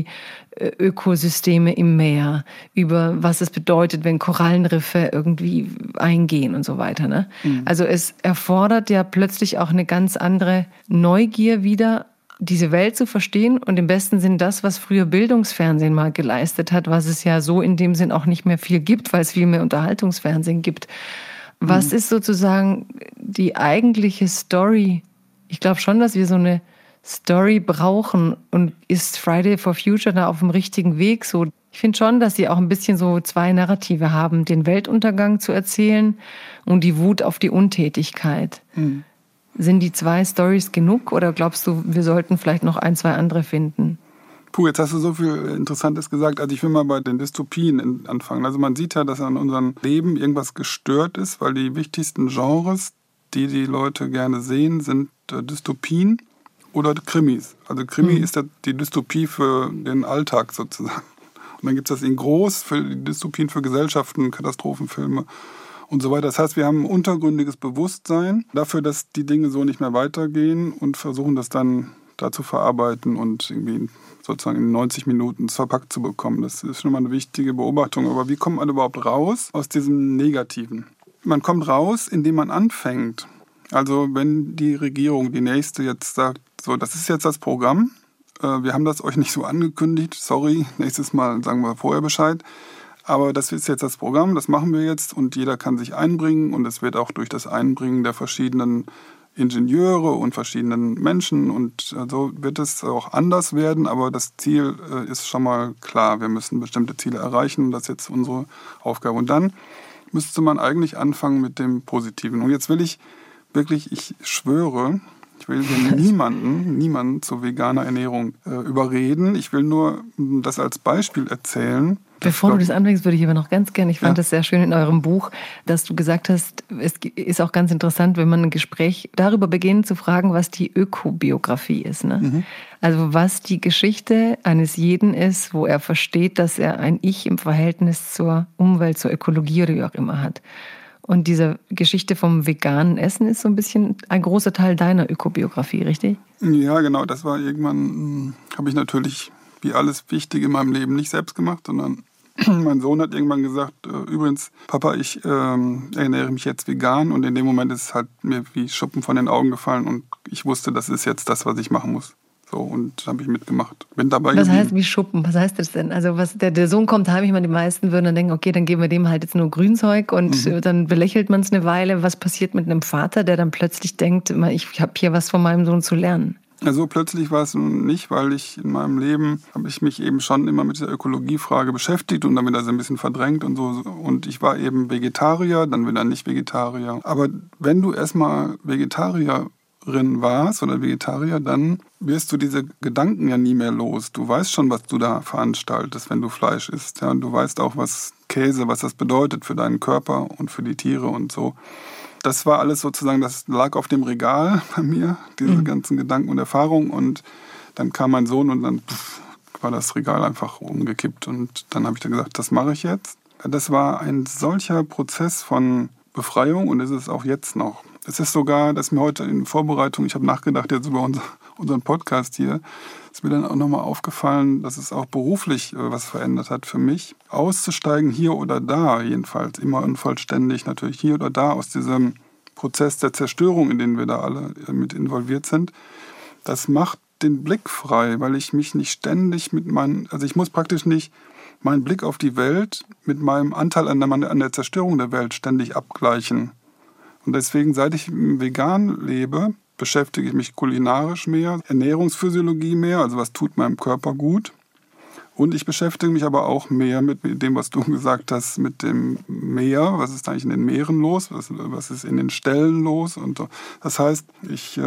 Ökosysteme im Meer, über was es bedeutet, wenn Korallenriffe irgendwie eingehen und so weiter, ne? Also es erfordert ja plötzlich auch eine ganz andere Neugier wieder, diese Welt zu verstehen und im besten Sinn das, was früher Bildungsfernsehen mal geleistet hat, was es ja so in dem Sinn auch nicht mehr viel gibt, weil es viel mehr Unterhaltungsfernsehen gibt. Was ist sozusagen die eigentliche Story? Ich glaube schon, dass wir so eine Story brauchen und ist Friday for Future da auf dem richtigen Weg? So, ich finde schon, dass sie auch ein bisschen so zwei Narrative haben, den Weltuntergang zu erzählen und die Wut auf die Untätigkeit. Sind die zwei Storys genug oder glaubst du, wir sollten vielleicht noch ein, zwei andere finden? Puh, jetzt hast du so viel Interessantes gesagt. Also ich will mal bei den Dystopien anfangen. Also man sieht ja, dass an unserem Leben irgendwas gestört ist, weil die wichtigsten Genres, die die Leute gerne sehen, sind Dystopien oder Krimis. Also Krimi ist die Dystopie für den Alltag sozusagen. Und dann gibt es das in groß für die Dystopien für Gesellschaften, Katastrophenfilme und so weiter. Das heißt, wir haben ein untergründiges Bewusstsein dafür, dass die Dinge so nicht mehr weitergehen und versuchen das dann da zu verarbeiten und irgendwie sozusagen in 90 Minuten verpackt zu bekommen. Das ist schon mal eine wichtige Beobachtung. Aber wie kommt man überhaupt raus aus diesem Negativen? Man kommt raus, indem man anfängt. Also wenn die Regierung, die nächste, jetzt sagt, so, das ist jetzt das Programm, wir haben das euch nicht so angekündigt, sorry, nächstes Mal sagen wir vorher Bescheid, aber das ist jetzt das Programm, das machen wir jetzt und jeder kann sich einbringen und es wird auch durch das Einbringen der verschiedenen Ingenieure und verschiedenen Menschen und so wird es auch anders werden, aber das Ziel ist schon mal klar, wir müssen bestimmte Ziele erreichen und das ist jetzt unsere Aufgabe. Und dann müsste man eigentlich anfangen mit dem Positiven. Und jetzt will ich wirklich, ich schwöre, ich will niemanden zu veganer Ernährung überreden. Ich will nur das als Beispiel erzählen, Bevor du das anfängst, würde ich aber noch ganz gerne, ich fand das sehr schön in eurem Buch, dass du gesagt hast, es ist auch ganz interessant, wenn man ein Gespräch darüber beginnt zu fragen, was die Ökobiografie ist. Ne? Mhm. Also was die Geschichte eines jeden ist, wo er versteht, dass er ein Ich im Verhältnis zur Umwelt, zur Ökologie oder wie auch immer hat. Und diese Geschichte vom veganen Essen ist so ein bisschen ein großer Teil deiner Ökobiografie, richtig? Ja, genau. Das war irgendwann, habe ich natürlich wie alles Wichtige in meinem Leben nicht selbst gemacht, sondern mein Sohn hat irgendwann gesagt, übrigens, Papa, ich ernähre mich jetzt vegan, und in dem Moment ist es halt mir wie Schuppen von den Augen gefallen und ich wusste, das ist jetzt das, was ich machen muss. So, und habe ich mitgemacht. Bin dabei Was heißt wie Schuppen? Was heißt das denn? Also was der Sohn kommt heim, ich meine, die meisten würden dann denken, okay, dann geben wir dem halt jetzt nur Grünzeug und dann belächelt man es eine Weile. Was passiert mit einem Vater, der dann plötzlich denkt, ich habe hier was von meinem Sohn zu lernen? Also plötzlich war es nicht, weil ich in meinem Leben habe ich mich eben schon immer mit der Ökologiefrage beschäftigt und damit also ein bisschen verdrängt und so. Und ich war eben Vegetarier, dann wieder nicht Vegetarier. Aber wenn du erstmal Vegetarierin warst oder Vegetarier, dann wirst du diese Gedanken ja nie mehr los. Du weißt schon, was du da veranstaltest, wenn du Fleisch isst. Ja, und du weißt auch, was Käse, was das bedeutet für deinen Körper und für die Tiere und so. Das war alles sozusagen, das lag auf dem Regal bei mir, diese ganzen Gedanken und Erfahrungen. Und dann kam mein Sohn und dann war das Regal einfach umgekippt. Und dann habe ich dann gesagt, das mache ich jetzt. Das war ein solcher Prozess von Befreiung und ist es auch jetzt noch. Es ist sogar, dass mir heute in Vorbereitung, ich habe nachgedacht jetzt über unseren Podcast hier, ist mir dann auch nochmal aufgefallen, dass es auch beruflich was verändert hat für mich. Auszusteigen hier oder da, jedenfalls immer unvollständig, natürlich hier oder da aus diesem Prozess der Zerstörung, in den wir da alle mit involviert sind, das macht den Blick frei, weil ich mich nicht ständig ich muss praktisch nicht meinen Blick auf die Welt mit meinem Anteil an der Zerstörung der Welt ständig abgleichen. Und deswegen, seit ich vegan lebe, beschäftige ich mich kulinarisch mehr, Ernährungsphysiologie mehr, also was tut meinem Körper gut. Und ich beschäftige mich aber auch mehr mit dem, was du gesagt hast, mit dem Meer. Was ist eigentlich in den Meeren los? Was ist in den Ställen los? Und das heißt, ich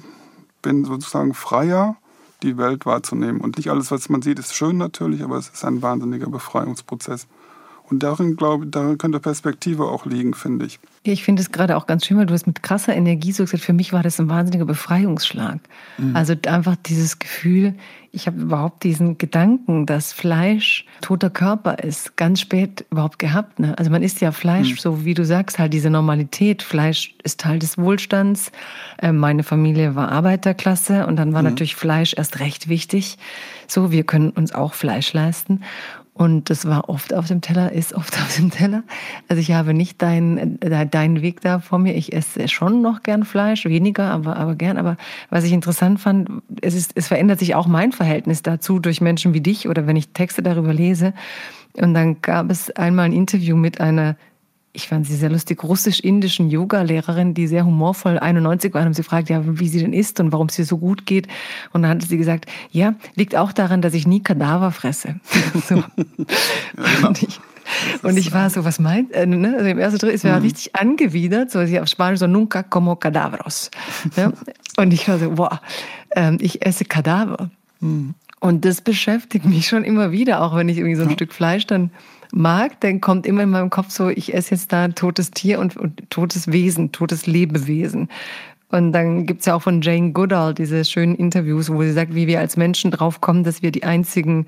bin sozusagen freier, die Welt wahrzunehmen. Und nicht alles, was man sieht, ist schön natürlich, aber es ist ein wahnsinniger Befreiungsprozess. Und darin könnte Perspektive auch liegen, finde ich. Ich finde es gerade auch ganz schön, weil du hast mit krasser Energie so gesagt, für mich war das ein wahnsinniger Befreiungsschlag. Also einfach dieses Gefühl, ich habe überhaupt diesen Gedanken, dass Fleisch toter Körper ist, ganz spät überhaupt gehabt. Ne? Also man isst ja Fleisch, so wie du sagst, halt diese Normalität. Fleisch ist Teil des Wohlstands. Meine Familie war Arbeiterklasse und dann war natürlich Fleisch erst recht wichtig. So, wir können uns auch Fleisch leisten. Und das war oft auf dem Teller, ist oft auf dem Teller. Also ich habe nicht deinen Weg da vor mir. Ich esse schon noch gern Fleisch, weniger, aber gern. Aber was ich interessant fand, es verändert sich auch mein Verhältnis dazu durch Menschen wie dich oder wenn ich Texte darüber lese. Und dann gab es einmal ein Interview mit einer, ich fand sie sehr lustig, russisch-indischen Yoga-Lehrerin, die sehr humorvoll 91 war und sie fragt, ja, wie sie denn isst und warum es ihr so gut geht. Und dann hatte sie gesagt, ja, liegt auch daran, dass ich nie Kadaver fresse. So. Ja, genau. Und ich war so, was meint, ne? Also im ersten Schritt ist mir richtig angewidert, so auf Spanisch so, nunca como cadavros. Ja? Und ich war so, boah, ich esse Kadaver. Und das beschäftigt mich schon immer wieder, auch wenn ich irgendwie so ein Stück Fleisch dann mag, dann kommt immer in meinem Kopf so, ich esse jetzt da ein totes Tier und totes Wesen, totes Lebewesen. Und dann gibt's ja auch von Jane Goodall diese schönen Interviews, wo sie sagt, wie wir als Menschen drauf kommen, dass wir die einzigen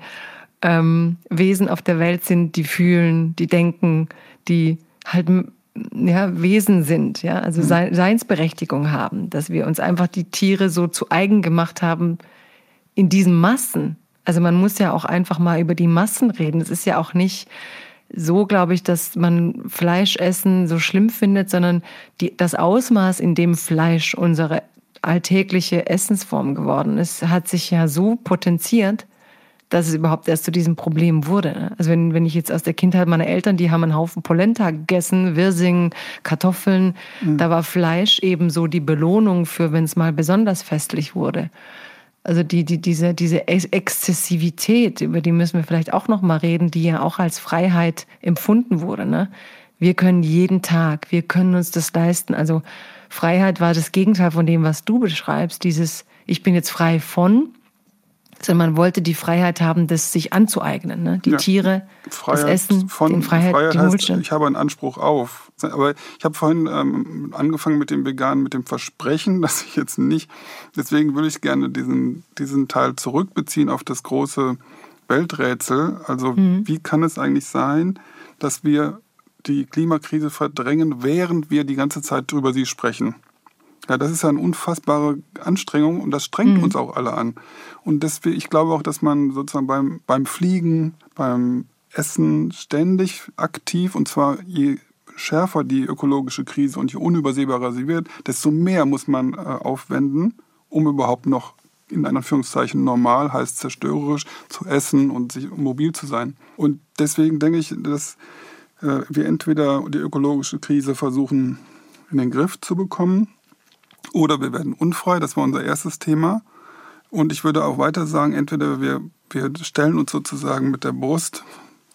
Wesen auf der Welt sind, die fühlen, die denken, die halt Wesen sind, ja, also Seinsberechtigung haben, dass wir uns einfach die Tiere so zu eigen gemacht haben in diesen Massen. Also man muss ja auch einfach mal über die Massen reden. Es ist ja auch nicht so, glaube ich, dass man Fleischessen so schlimm findet, sondern das Ausmaß, in dem Fleisch unsere alltägliche Essensform geworden ist, hat sich ja so potenziert, dass es überhaupt erst zu diesem Problem wurde. Also wenn ich jetzt aus der Kindheit meiner Eltern, die haben einen Haufen Polenta gegessen, Wirsing, Kartoffeln, da war Fleisch eben so die Belohnung für, wenn es mal besonders festlich wurde. Also diese Exzessivität, über die müssen wir vielleicht auch noch mal reden, die ja auch als Freiheit empfunden wurde. Ne? Wir können jeden Tag, wir können uns das leisten. Also Freiheit war das Gegenteil von dem, was du beschreibst. Dieses, ich bin jetzt frei von, sondern man wollte die Freiheit haben, das sich anzueignen. Ne? Die Tiere, Freiheit, das Essen, von Freiheit den heißt, Wohlstand. ich habe einen Anspruch auf. Aber ich habe vorhin angefangen mit dem Veganen, mit dem Versprechen, dass ich jetzt nicht, deswegen würde ich gerne diesen Teil zurückbeziehen auf das große Welträtsel. Also wie kann es eigentlich sein, dass wir die Klimakrise verdrängen, während wir die ganze Zeit über sie sprechen? Ja, das ist ja eine unfassbare Anstrengung und das strengt uns auch alle an. Und deswegen, ich glaube auch, dass man sozusagen beim Fliegen, beim Essen ständig aktiv, und zwar je schärfer die ökologische Krise und je unübersehbarer sie wird, desto mehr muss man aufwenden, um überhaupt noch in Anführungszeichen normal, heißt zerstörerisch, zu essen und sich mobil zu sein. Und deswegen denke ich, dass wir entweder die ökologische Krise versuchen in den Griff zu bekommen, oder wir werden unfrei, das war unser erstes Thema. Und ich würde auch weiter sagen, entweder wir stellen uns sozusagen mit der Brust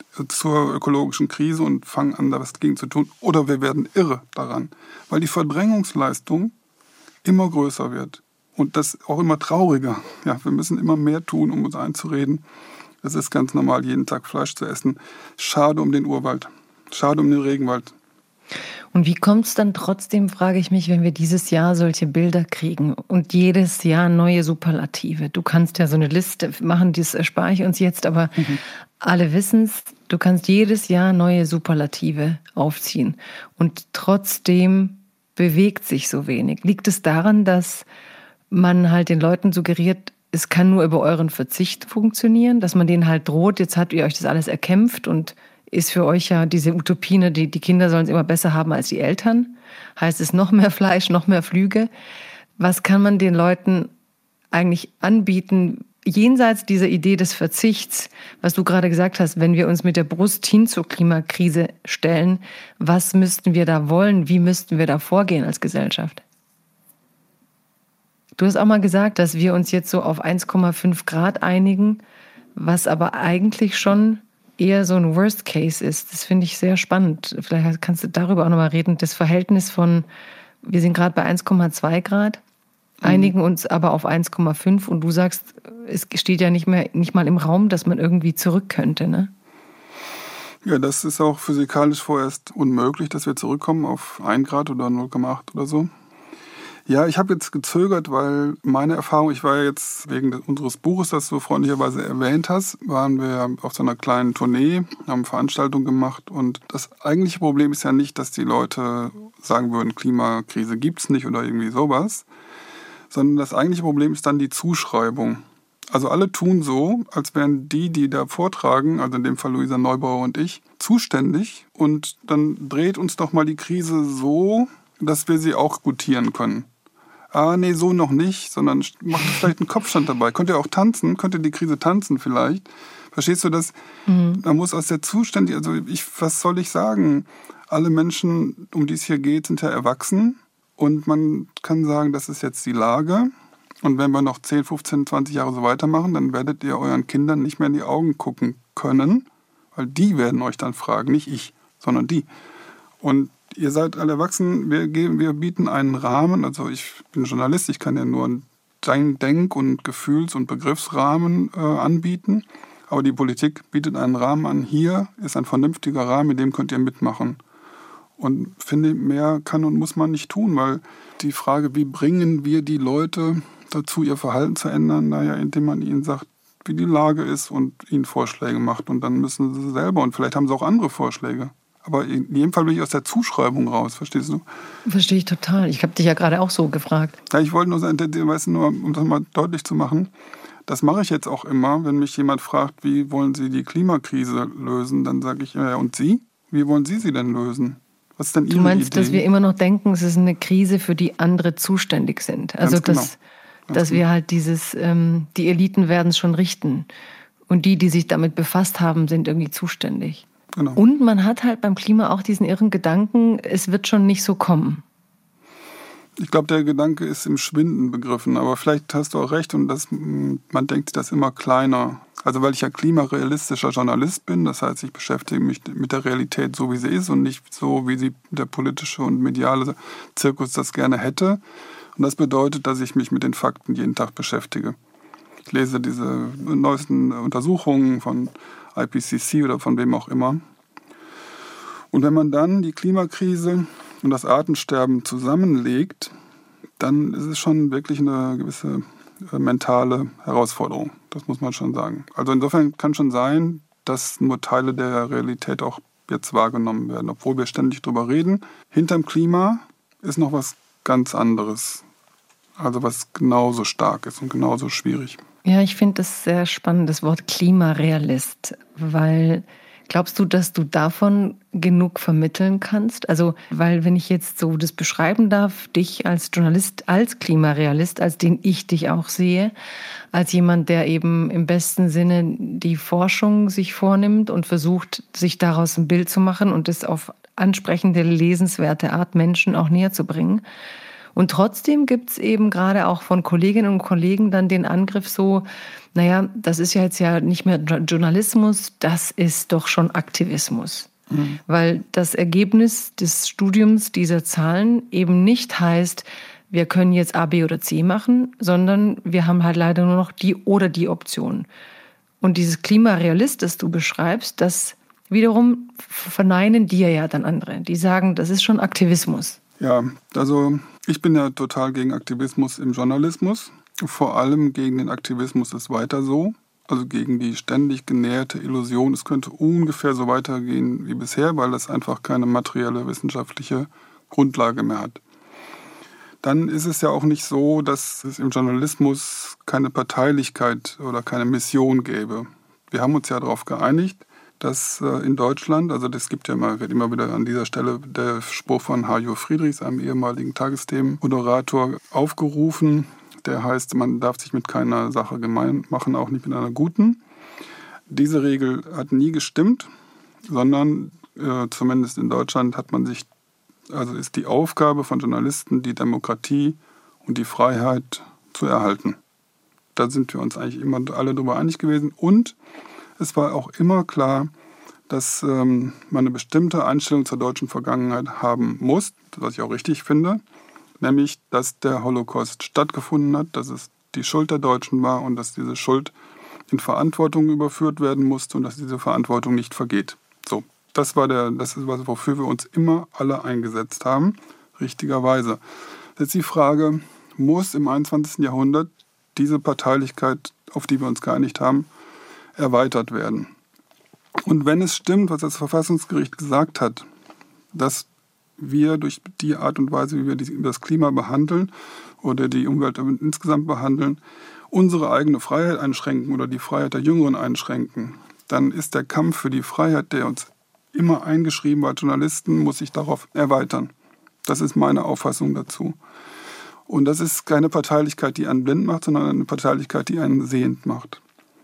zur ökologischen Krise und fangen an, da was dagegen zu tun, oder wir werden irre daran, weil die Verdrängungsleistung immer größer wird und das auch immer trauriger. Ja, wir müssen immer mehr tun, um uns einzureden, es ist ganz normal, jeden Tag Fleisch zu essen. Schade um den Urwald, schade um den Regenwald. Und wie kommt es dann trotzdem, frage ich mich, wenn wir dieses Jahr solche Bilder kriegen und jedes Jahr neue Superlative? Du kannst ja so eine Liste machen, das erspare ich uns jetzt, aber alle wissen es, du kannst jedes Jahr neue Superlative aufziehen. Und trotzdem bewegt sich so wenig. Liegt es daran, dass man halt den Leuten suggeriert, es kann nur über euren Verzicht funktionieren, dass man denen halt droht, jetzt habt ihr euch das alles erkämpft und ist für euch ja diese Utopie, ne, die Kinder sollen es immer besser haben als die Eltern. Heißt es noch mehr Fleisch, noch mehr Flüge. Was kann man den Leuten eigentlich anbieten, jenseits dieser Idee des Verzichts, was du gerade gesagt hast, wenn wir uns mit der Brust hin zur Klimakrise stellen, was müssten wir da wollen? Wie müssten wir da vorgehen als Gesellschaft? Du hast auch mal gesagt, dass wir uns jetzt so auf 1,5 Grad einigen, was aber eigentlich schon eher so ein Worst Case ist. Das finde ich sehr spannend. Vielleicht kannst du darüber auch nochmal reden. Das Verhältnis von, wir sind gerade bei 1,2 Grad, einigen uns aber auf 1,5 und du sagst, es steht ja nicht mal im Raum, dass man irgendwie zurück könnte, ne? Ja, das ist auch physikalisch vorerst unmöglich, dass wir zurückkommen auf 1 Grad oder 0,8 oder so. Ja, ich habe jetzt gezögert, weil meine Erfahrung, ich war ja jetzt wegen unseres Buches, das du freundlicherweise erwähnt hast, waren wir auf so einer kleinen Tournee, haben Veranstaltungen gemacht und das eigentliche Problem ist ja nicht, dass die Leute sagen würden, Klimakrise gibt's nicht oder irgendwie sowas, sondern das eigentliche Problem ist dann die Zuschreibung. Also alle tun so, als wären die da vortragen, also in dem Fall Luisa Neubauer und ich, zuständig und dann dreht uns doch mal die Krise so, dass wir sie auch gutieren können. Ah, nee, so noch nicht, sondern macht vielleicht einen Kopfstand dabei. Könnt ihr auch tanzen? Könnt ihr die Krise tanzen vielleicht? Verstehst du das? Man muss aus der Zustand, also was soll ich sagen? Alle Menschen, um die es hier geht, sind ja erwachsen und man kann sagen, das ist jetzt die Lage. Und wenn wir noch 10, 15, 20 Jahre so weitermachen, dann werdet ihr euren Kindern nicht mehr in die Augen gucken können, weil die werden euch dann fragen, nicht ich, sondern die. Und ihr seid alle erwachsen, wir bieten einen Rahmen, also ich bin Journalist, ich kann ja nur einen Denk- und Gefühls- und Begriffsrahmen anbieten, aber die Politik bietet einen Rahmen an, hier ist ein vernünftiger Rahmen, mit dem könnt ihr mitmachen. Und finde, mehr kann und muss man nicht tun, weil die Frage, wie bringen wir die Leute dazu, ihr Verhalten zu ändern, naja, indem man ihnen sagt, wie die Lage ist und ihnen Vorschläge macht und dann müssen sie selber und vielleicht haben sie auch andere Vorschläge. Aber in jedem Fall bin ich aus der Zuschreibung raus, verstehst du? Verstehe ich total. Ich habe dich ja gerade auch so gefragt. Ja, ich wollte nur sagen, um das mal deutlich zu machen, das mache ich jetzt auch immer, wenn mich jemand fragt, wie wollen Sie die Klimakrise lösen, dann sage ich, ja, und Sie? Wie wollen Sie denn lösen? Was ist denn Ihre Idee? Du meinst, dass wir immer noch denken, es ist eine Krise, für die andere zuständig sind? Also, dass wir halt die Eliten werden es schon richten. Und die sich damit befasst haben, sind irgendwie zuständig. Genau. Und man hat halt beim Klima auch diesen irren Gedanken, es wird schon nicht so kommen. Ich glaube, der Gedanke ist im Schwinden begriffen, aber vielleicht hast du auch recht und man denkt das immer kleiner. Also weil ich ja klimarealistischer Journalist bin, das heißt, ich beschäftige mich mit der Realität so, wie sie ist und nicht so, wie sie der politische und mediale Zirkus das gerne hätte. Und das bedeutet, dass ich mich mit den Fakten jeden Tag beschäftige. Ich lese diese neuesten Untersuchungen von IPCC oder von wem auch immer. Und wenn man dann die Klimakrise und das Artensterben zusammenlegt, dann ist es schon wirklich eine gewisse mentale Herausforderung. Das muss man schon sagen. Also insofern kann schon sein, dass nur Teile der Realität auch jetzt wahrgenommen werden, obwohl wir ständig drüber reden. Hinterm Klima ist noch was ganz anderes. Also was genauso stark ist und genauso schwierig. Ja, ich finde das sehr spannend, das Wort Klimarealist, weil glaubst du, dass du davon genug vermitteln kannst? Also, weil wenn ich jetzt so das beschreiben darf, dich als Journalist, als Klimarealist, als den ich dich auch sehe, als jemand, der eben im besten Sinne die Forschung sich vornimmt und versucht, sich daraus ein Bild zu machen und es auf ansprechende, lesenswerte Art Menschen auch näher zu bringen. Und trotzdem gibt es eben gerade auch von Kolleginnen und Kollegen dann den Angriff so, naja, das ist ja jetzt ja nicht mehr Journalismus, das ist doch schon Aktivismus. Mhm. Weil das Ergebnis des Studiums dieser Zahlen eben nicht heißt, wir können jetzt A, B oder C machen, sondern wir haben halt leider nur noch die oder die Option. Und dieses Klimarealist, das du beschreibst, das wiederum verneinen dir ja dann andere. Die sagen, das ist schon Aktivismus. Ja, also ich bin ja total gegen Aktivismus im Journalismus. Vor allem gegen den Aktivismus ist weiter so. Also gegen die ständig genährte Illusion, es könnte ungefähr so weitergehen wie bisher, weil das einfach keine materielle wissenschaftliche Grundlage mehr hat. Dann ist es ja auch nicht so, dass es im Journalismus keine Parteilichkeit oder keine Mission gäbe. Wir haben uns ja darauf geeinigt, dass in Deutschland, also das wird immer wieder an dieser Stelle der Spruch von Hajo Friedrichs, einem ehemaligen Tagesthemenmoderator, aufgerufen. Der heißt, man darf sich mit keiner Sache gemein machen, auch nicht mit einer guten. Diese Regel hat nie gestimmt, sondern zumindest in Deutschland ist die Aufgabe von Journalisten, die Demokratie und die Freiheit zu erhalten. Da sind wir uns eigentlich immer alle darüber einig gewesen. Und es war auch immer klar, dass man eine bestimmte Einstellung zur deutschen Vergangenheit haben muss, was ich auch richtig finde, nämlich, dass der Holocaust stattgefunden hat, dass es die Schuld der Deutschen war und dass diese Schuld in Verantwortung überführt werden musste und dass diese Verantwortung nicht vergeht. So, das ist was, wofür wir uns immer alle eingesetzt haben, richtigerweise. Jetzt die Frage, muss im 21. Jahrhundert diese Parteilichkeit, auf die wir uns geeinigt haben, erweitert werden? Und wenn es stimmt, was das Verfassungsgericht gesagt hat, dass wir durch die Art und Weise, wie wir das Klima behandeln oder die Umwelt insgesamt behandeln, unsere eigene Freiheit einschränken oder die Freiheit der Jüngeren einschränken, dann ist der Kampf für die Freiheit, der uns immer eingeschrieben war als Journalisten, muss sich darauf erweitern. Das ist meine Auffassung dazu. Und das ist keine Parteilichkeit, die einen blind macht, sondern eine Parteilichkeit, die einen sehend macht.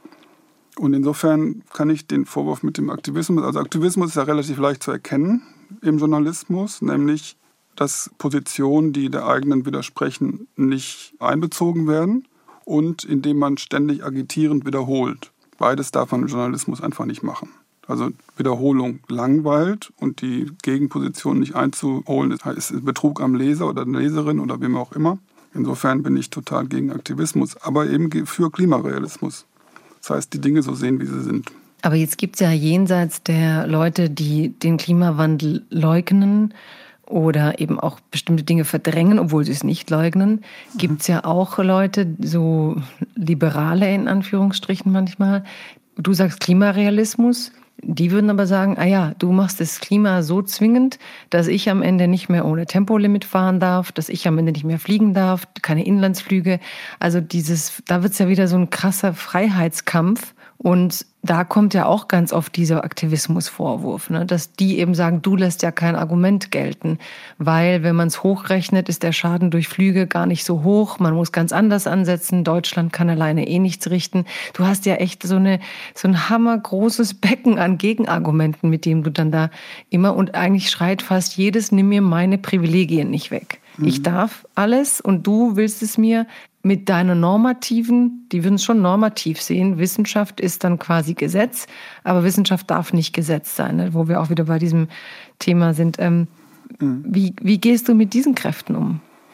Und insofern kann ich den Vorwurf mit dem Aktivismus, also Aktivismus ist ja relativ leicht zu erkennen im Journalismus, nämlich, dass Positionen, die der eigenen widersprechen, nicht einbezogen werden und indem man ständig agitierend wiederholt. Beides darf man im Journalismus einfach nicht machen. Also Wiederholung langweilt und die Gegenposition nicht einzuholen, ist Betrug am Leser oder der Leserin oder wem auch immer. Insofern bin ich total gegen Aktivismus, aber eben für Klimarealismus. Das heißt, die Dinge so sehen, wie sie sind. Aber jetzt gibt es ja jenseits der Leute, die den Klimawandel leugnen oder eben auch bestimmte Dinge verdrängen, obwohl sie es nicht leugnen, gibt es ja auch Leute, so Liberale in Anführungsstrichen manchmal. Du sagst Klimarealismus, die würden aber sagen, du machst das Klima so zwingend, dass ich am Ende nicht mehr ohne Tempolimit fahren darf, dass ich am Ende nicht mehr fliegen darf, keine Inlandsflüge. Also da wird es ja wieder so ein krasser Freiheitskampf. Und da kommt ja auch ganz oft dieser Aktivismusvorwurf, ne? Dass die eben sagen, du lässt ja kein Argument gelten, weil wenn man es hochrechnet, ist der Schaden durch Flüge gar nicht so hoch, man muss ganz anders ansetzen, Deutschland kann alleine nichts richten. Du hast ja echt so ein hammergroßes Becken an Gegenargumenten, mit dem du dann da immer, und eigentlich schreit fast jedes, nimm mir meine Privilegien nicht weg. Mhm. Ich darf alles und du willst es mir mit deiner normativen, die würden es schon normativ sehen, Wissenschaft ist dann quasi Gesetz, aber Wissenschaft darf nicht Gesetz sein, ne? Wo wir auch wieder bei diesem Thema sind. Wie gehst du mit diesen Kräften um?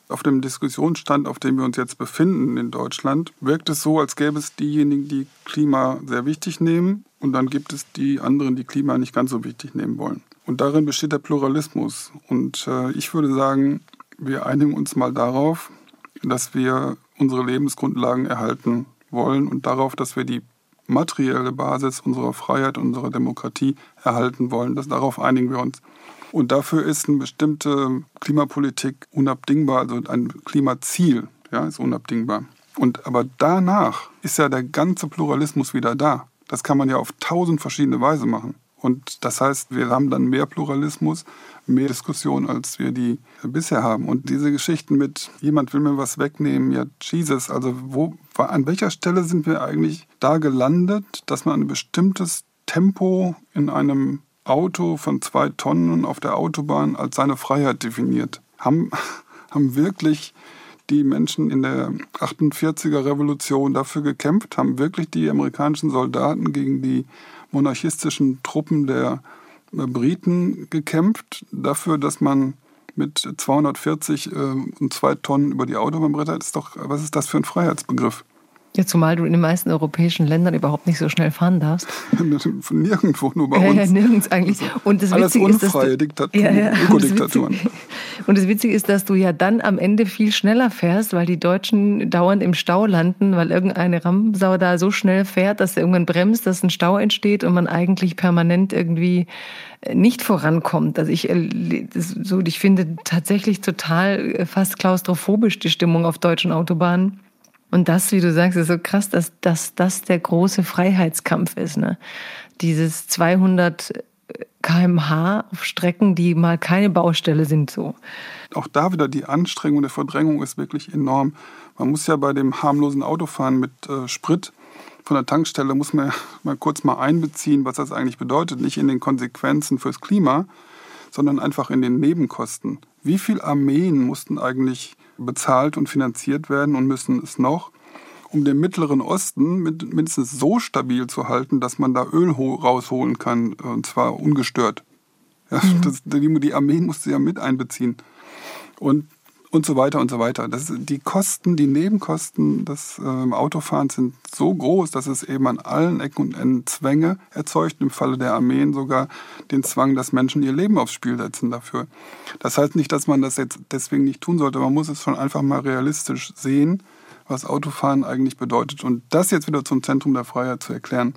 Auf dem Diskussionsstand, auf dem wir uns jetzt befinden in Deutschland, wirkt es so, als gäbe es diejenigen, die Klima sehr wichtig nehmen und dann gibt es die anderen, die Klima nicht ganz so wichtig nehmen wollen. Und darin besteht der Pluralismus. Und ich würde sagen, wir einigen uns mal darauf, dass wir unsere Lebensgrundlagen erhalten wollen und darauf, dass wir die materielle Basis unserer Freiheit, unserer Demokratie erhalten wollen. Darauf einigen wir uns. Und dafür ist eine bestimmte Klimapolitik unabdingbar, also ein Klimaziel, ja, ist unabdingbar. Aber danach ist ja der ganze Pluralismus wieder da. Das kann man ja auf 1000 verschiedene Weise machen. Und das heißt, wir haben dann mehr Pluralismus, mehr Diskussion, als wir die bisher haben. Und diese Geschichten mit, jemand will mir was wegnehmen, ja, Jesus, also an welcher Stelle sind wir eigentlich da gelandet, dass man ein bestimmtes Tempo in einem Auto von 2 Tonnen auf der Autobahn als seine Freiheit definiert? Haben wirklich die Menschen in der 48er Revolution dafür gekämpft? Haben wirklich die amerikanischen Soldaten gegen die monarchistischen Truppen der Briten gekämpft? Dafür, dass man mit 240 und 2 Tonnen über die Autobahn brettert? Was ist das für ein Freiheitsbegriff? Ja, zumal du in den meisten europäischen Ländern überhaupt nicht so schnell fahren darfst. Nirgendwo, nur bei uns. Ja, nirgends eigentlich. Und das alles unfreie Diktaturen, Ökodiktaturen. Und das Witzige ist, dass du ja dann am Ende viel schneller fährst, weil die Deutschen dauernd im Stau landen, weil irgendeine Rampensau da so schnell fährt, dass er irgendwann bremst, dass ein Stau entsteht und man eigentlich permanent irgendwie nicht vorankommt. Also ich finde tatsächlich total fast klaustrophobisch die Stimmung auf deutschen Autobahnen. Und das, wie du sagst, ist so krass, dass das der große Freiheitskampf ist. Ne? Dieses 200 km/h auf Strecken, die mal keine Baustelle sind. So. Auch da wieder die Anstrengung der Verdrängung ist wirklich enorm. Man muss ja bei dem harmlosen Autofahren mit Sprit von der Tankstelle, muss man ja mal kurz einbeziehen, was das eigentlich bedeutet. Nicht in den Konsequenzen fürs Klima, sondern einfach in den Nebenkosten. Wie viele Armeen mussten eigentlich bezahlt und finanziert werden und müssen es noch, um den Mittleren Osten mindestens so stabil zu halten, dass man da Öl rausholen kann, und zwar ungestört. Ja, die Armeen musste ja mit einbeziehen. Und so weiter und so weiter. Die Nebenkosten des Autofahrens sind so groß, dass es eben an allen Ecken und Enden Zwänge erzeugt. Im Falle der Armeen sogar den Zwang, dass Menschen ihr Leben aufs Spiel setzen dafür. Das heißt nicht, dass man das jetzt deswegen nicht tun sollte. Man muss es schon einfach mal realistisch sehen, was Autofahren eigentlich bedeutet. Und das jetzt wieder zum Zentrum der Freiheit zu erklären,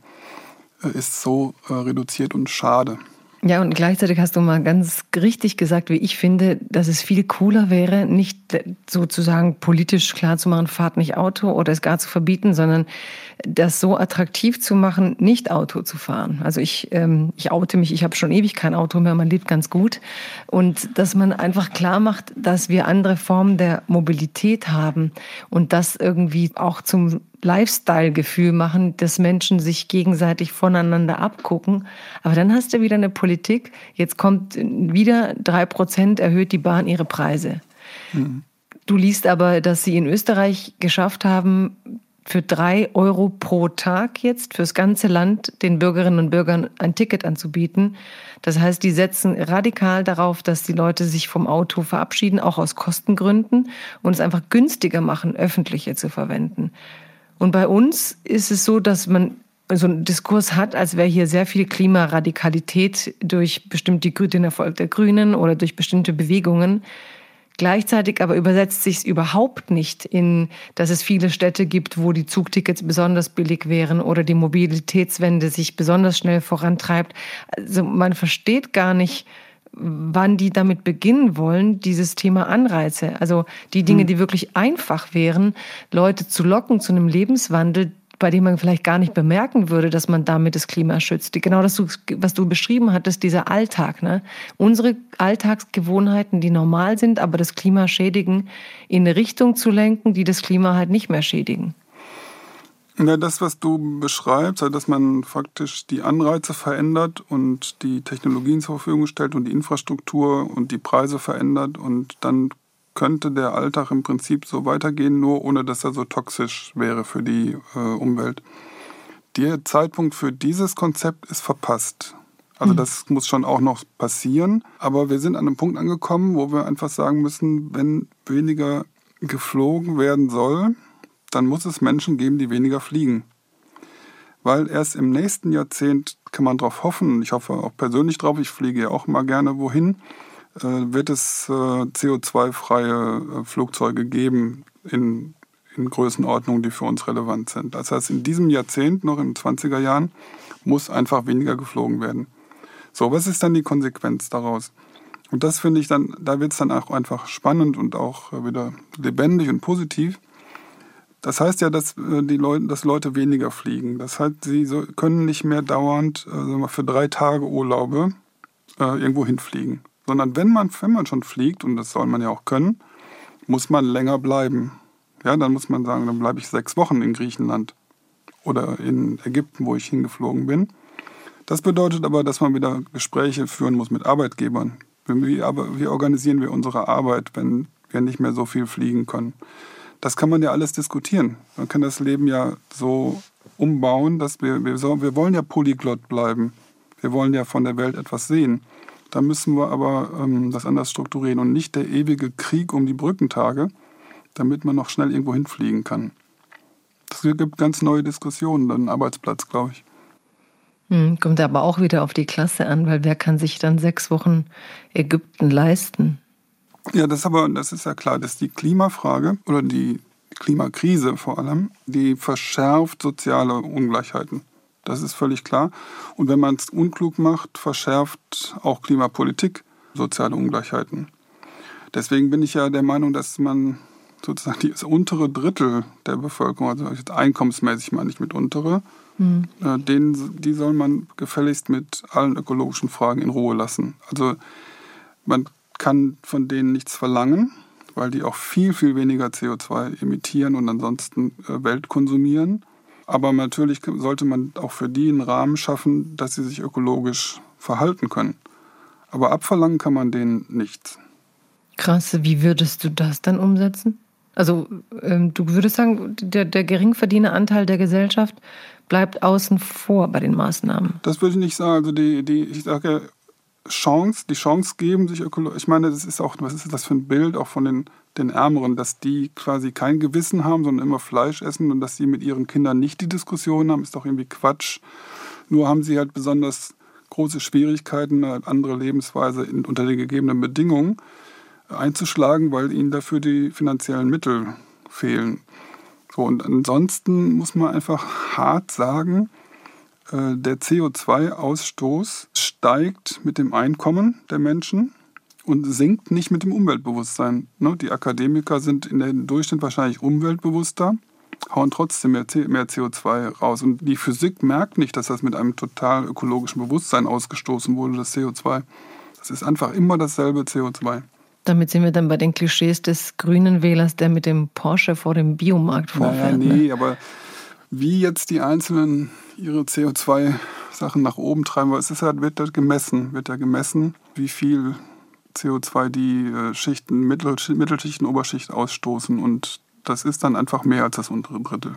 ist so reduziert und schade. Ja, und gleichzeitig hast du mal ganz richtig gesagt, wie ich finde, dass es viel cooler wäre, nicht sozusagen politisch klarzumachen, fahrt nicht Auto oder es gar zu verbieten, sondern das so attraktiv zu machen, nicht Auto zu fahren. Also ich oute mich, ich habe schon ewig kein Auto mehr, man lebt ganz gut. Und dass man einfach klar macht, dass wir andere Formen der Mobilität haben und das irgendwie auch zum Lifestyle-Gefühl machen, dass Menschen sich gegenseitig voneinander abgucken. Aber dann hast du wieder eine Politik, jetzt kommt wieder 3% erhöht die Bahn ihre Preise. Mhm. Du liest aber, dass sie in Österreich geschafft haben, für 3 Euro pro Tag jetzt fürs ganze Land den Bürgerinnen und Bürgern ein Ticket anzubieten. Das heißt, die setzen radikal darauf, dass die Leute sich vom Auto verabschieden, auch aus Kostengründen, und es einfach günstiger machen, öffentliche zu verwenden. Und bei uns ist es so, dass man so einen Diskurs hat, als wäre hier sehr viel Klimaradikalität durch den Erfolg der Grünen oder durch bestimmte Bewegungen. Gleichzeitig aber übersetzt sich es überhaupt nicht in, dass es viele Städte gibt, wo die Zugtickets besonders billig wären oder die Mobilitätswende sich besonders schnell vorantreibt. Also man versteht gar nicht, wann die damit beginnen wollen, dieses Thema Anreize. Also die Dinge, die wirklich einfach wären, Leute zu locken zu einem Lebenswandel, bei dem man vielleicht gar nicht bemerken würde, dass man damit das Klima schützt. Genau das, was du beschrieben hattest, dieser Alltag. Ne? Unsere Alltagsgewohnheiten, die normal sind, aber das Klima schädigen, in eine Richtung zu lenken, die das Klima halt nicht mehr schädigen. Ja, das, was du beschreibst, dass man faktisch die Anreize verändert und die Technologien zur Verfügung stellt und die Infrastruktur und die Preise verändert und dann könnte der Alltag im Prinzip so weitergehen, nur ohne dass er so toxisch wäre für die Umwelt. Der Zeitpunkt für dieses Konzept ist verpasst. Also das muss schon auch noch passieren. Aber wir sind an einem Punkt angekommen, wo wir einfach sagen müssen, wenn weniger geflogen werden soll, dann muss es Menschen geben, die weniger fliegen. Weil erst im nächsten Jahrzehnt kann man darauf hoffen, und ich hoffe auch persönlich drauf, ich fliege ja auch mal gerne wohin, wird es CO2-freie Flugzeuge geben in Größenordnungen, die für uns relevant sind. Das heißt, in diesem Jahrzehnt, noch in den 20er Jahren, muss einfach weniger geflogen werden. So, was ist dann die Konsequenz daraus? Und das finde ich dann, da wird es dann auch einfach spannend und auch wieder lebendig und positiv. Das heißt ja, dass Leute weniger fliegen. Das heißt, sie können nicht mehr dauernd für 3 Tage Urlaube irgendwo hinfliegen. Sondern wenn man schon fliegt, und das soll man ja auch können, muss man länger bleiben. Ja, dann muss man sagen, dann bleibe ich 6 Wochen in Griechenland oder in Ägypten, wo ich hingeflogen bin. Das bedeutet aber, dass man wieder Gespräche führen muss mit Arbeitgebern. Wie organisieren wir unsere Arbeit, wenn wir nicht mehr so viel fliegen können? Das kann man ja alles diskutieren. Man kann das Leben ja so umbauen, dass wir wollen ja polyglott bleiben. Wir wollen ja von der Welt etwas sehen. Da müssen wir aber das anders strukturieren und nicht der ewige Krieg um die Brückentage, damit man noch schnell irgendwo hinfliegen kann. Das gibt ganz neue Diskussionen am Arbeitsplatz, glaube ich. Kommt aber auch wieder auf die Klasse an, weil wer kann sich dann 6 Wochen Ägypten leisten? Ja, das ist ja klar, dass die Klimafrage oder die Klimakrise vor allem, die verschärft soziale Ungleichheiten. Das ist völlig klar. Und wenn man es unklug macht, verschärft auch Klimapolitik soziale Ungleichheiten. Deswegen bin ich ja der Meinung, dass man sozusagen das untere Drittel der Bevölkerung, also einkommensmäßig meine ich mit untere, die soll man gefälligst mit allen ökologischen Fragen in Ruhe lassen. Also man kann von denen nichts verlangen, weil die auch viel, viel weniger CO2 emittieren und ansonsten Welt konsumieren. Aber natürlich sollte man auch für die einen Rahmen schaffen, dass sie sich ökologisch verhalten können. Aber abverlangen kann man denen nichts. Krass, wie würdest du das dann umsetzen? Also du würdest sagen, der Geringverdieneranteil der Gesellschaft bleibt außen vor bei den Maßnahmen. Das würde ich nicht sagen. Also ich sage die Chance geben, sich ökologisch. Ich meine, das ist auch, was ist das für ein Bild auch von den Ärmeren, dass die quasi kein Gewissen haben, sondern immer Fleisch essen und dass sie mit ihren Kindern nicht die Diskussion haben, ist doch irgendwie Quatsch. Nur haben sie halt besonders große Schwierigkeiten, eine andere Lebensweise unter den gegebenen Bedingungen einzuschlagen, weil ihnen dafür die finanziellen Mittel fehlen. So, und ansonsten muss man einfach hart sagen, der CO2-Ausstoß steigt mit dem Einkommen der Menschen und sinkt nicht mit dem Umweltbewusstsein. Die Akademiker sind in dem Durchschnitt wahrscheinlich umweltbewusster, hauen trotzdem mehr CO2 raus. Und die Physik merkt nicht, dass das mit einem total ökologischen Bewusstsein ausgestoßen wurde, das CO2. Das ist einfach immer dasselbe CO2. Damit sind wir dann bei den Klischees des grünen Wählers, der mit dem Porsche vor dem Biomarkt vorfährt. Nee, aber wie jetzt die Einzelnen ihre CO2-Sachen nach oben treiben, wird ja gemessen, wie viel CO2 die Schichten, Mittelschicht und Oberschicht ausstoßen. Und das ist dann einfach mehr als das untere Drittel.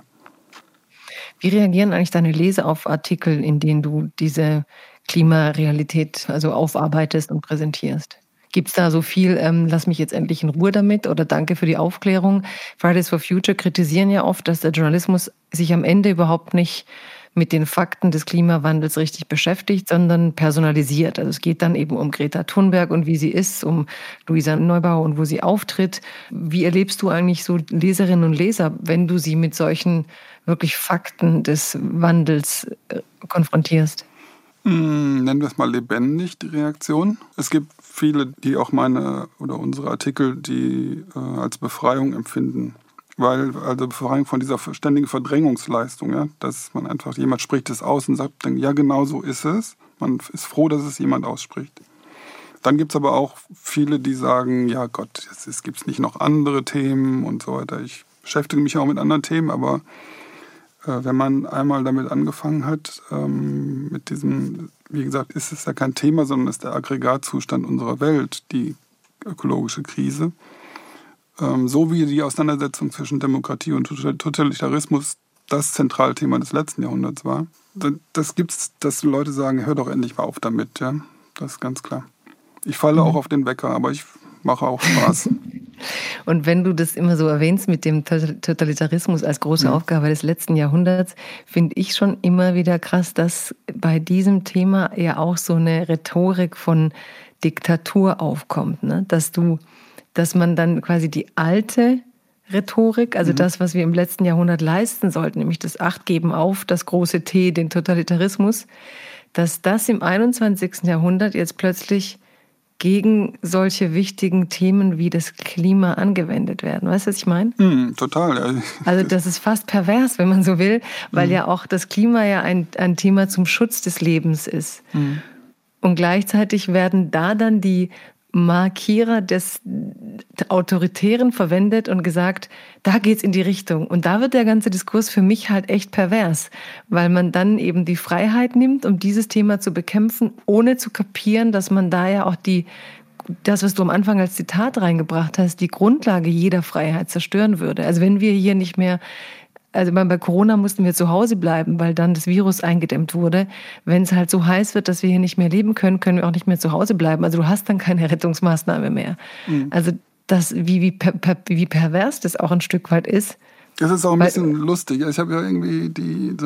Wie reagieren eigentlich deine Leser auf Artikel, in denen du diese Klimarealität also aufarbeitest und präsentierst? Gibt es da so viel, lass mich jetzt endlich in Ruhe damit oder danke für die Aufklärung? Fridays for Future kritisieren ja oft, dass der Journalismus sich am Ende überhaupt nicht mit den Fakten des Klimawandels richtig beschäftigt, sondern personalisiert. Also es geht dann eben um Greta Thunberg und wie sie ist, um Luisa Neubauer und wo sie auftritt. Wie erlebst du eigentlich so Leserinnen und Leser, wenn du sie mit solchen wirklich Fakten des Wandels konfrontierst? Nennen wir es mal lebendig, die Reaktion. Es gibt viele, die auch meine oder unsere Artikel als Befreiung empfinden. Also Befreiung von dieser ständigen Verdrängungsleistung, ja, dass man einfach, jemand spricht es aus und sagt, ja genau so ist es. Man ist froh, dass es jemand ausspricht. Dann gibt es aber auch viele, die sagen, ja Gott, jetzt gibt es nicht noch andere Themen und so weiter. Ich beschäftige mich auch mit anderen Themen, aber wenn man einmal damit angefangen hat, mit diesem, wie gesagt, ist es ja kein Thema, sondern ist der Aggregatzustand unserer Welt, die ökologische Krise. So wie die Auseinandersetzung zwischen Demokratie und Totalitarismus das zentrale Thema des letzten Jahrhunderts war. Das gibt's, dass Leute sagen, hör doch endlich mal auf damit. Ja? Das ist ganz klar. Ich falle auch auf den Wecker, aber ich mache auch Spaß. Und wenn du das immer so erwähnst mit dem Totalitarismus als große Aufgabe des letzten Jahrhunderts, finde ich schon immer wieder krass, dass bei diesem Thema ja auch so eine Rhetorik von Diktatur aufkommt. Ne? Dass man dann quasi die alte Rhetorik, also das, was wir im letzten Jahrhundert leisten sollten, nämlich das Achtgeben auf, das große T, den Totalitarismus, dass das im 21. Jahrhundert jetzt plötzlich gegen solche wichtigen Themen wie das Klima angewendet werden. Weißt du, was ich meine? Total. Ja. Also das ist fast pervers, wenn man so will, weil ja auch das Klima ja ein Thema zum Schutz des Lebens ist. Und gleichzeitig werden da dann die Markierer des Autoritären verwendet und gesagt, da geht's in die Richtung. Und da wird der ganze Diskurs für mich halt echt pervers, weil man dann eben die Freiheit nimmt, um dieses Thema zu bekämpfen, ohne zu kapieren, dass man da ja auch das, was du am Anfang als Zitat reingebracht hast, die Grundlage jeder Freiheit zerstören würde. Also wenn wir hier nicht mehr, also bei Corona mussten wir zu Hause bleiben, weil dann das Virus eingedämmt wurde. Wenn es halt so heiß wird, dass wir hier nicht mehr leben können, können wir auch nicht mehr zu Hause bleiben. Also du hast dann keine Rettungsmaßnahme mehr. Also das, wie pervers das auch ein Stück weit ist. Das ist auch ein bisschen lustig. Ich habe ja irgendwie die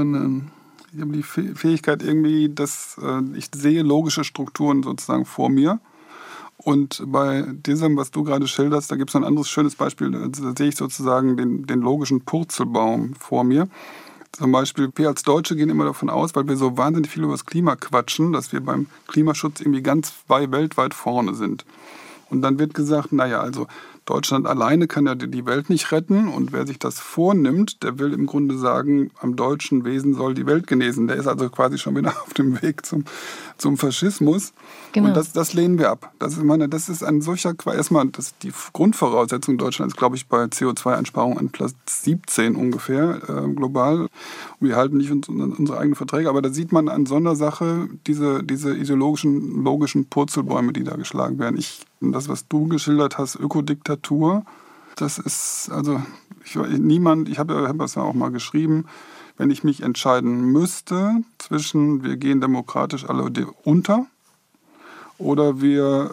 Fähigkeit irgendwie, dass ich sehe logische Strukturen sozusagen vor mir. Und bei diesem, was du gerade schilderst, da gibt es ein anderes schönes Beispiel. Da sehe ich sozusagen den logischen Purzelbaum vor mir. Zum Beispiel, wir als Deutsche gehen immer davon aus, weil wir so wahnsinnig viel über das Klima quatschen, dass wir beim Klimaschutz irgendwie ganz weltweit vorne sind. Und dann wird gesagt, naja, also Deutschland alleine kann ja die Welt nicht retten. Und wer sich das vornimmt, der will im Grunde sagen, am deutschen Wesen soll die Welt genesen. Der ist also quasi schon wieder auf dem Weg zum Faschismus. Genau. Und das lehnen wir ab. Das ist ein solcher, erstmal, die Grundvoraussetzung Deutschlands, glaube ich, bei CO2-Einsparungen an Platz 17 ungefähr global. Und wir halten nicht unsere eigenen Verträge, aber da sieht man an so einer Sache diese ideologischen, logischen Purzelbäume, die da geschlagen werden. Das, was du geschildert hast, Ökodiktatur, das ist, also ich habe das ja auch mal geschrieben, wenn ich mich entscheiden müsste zwischen, wir gehen demokratisch alle unter oder wir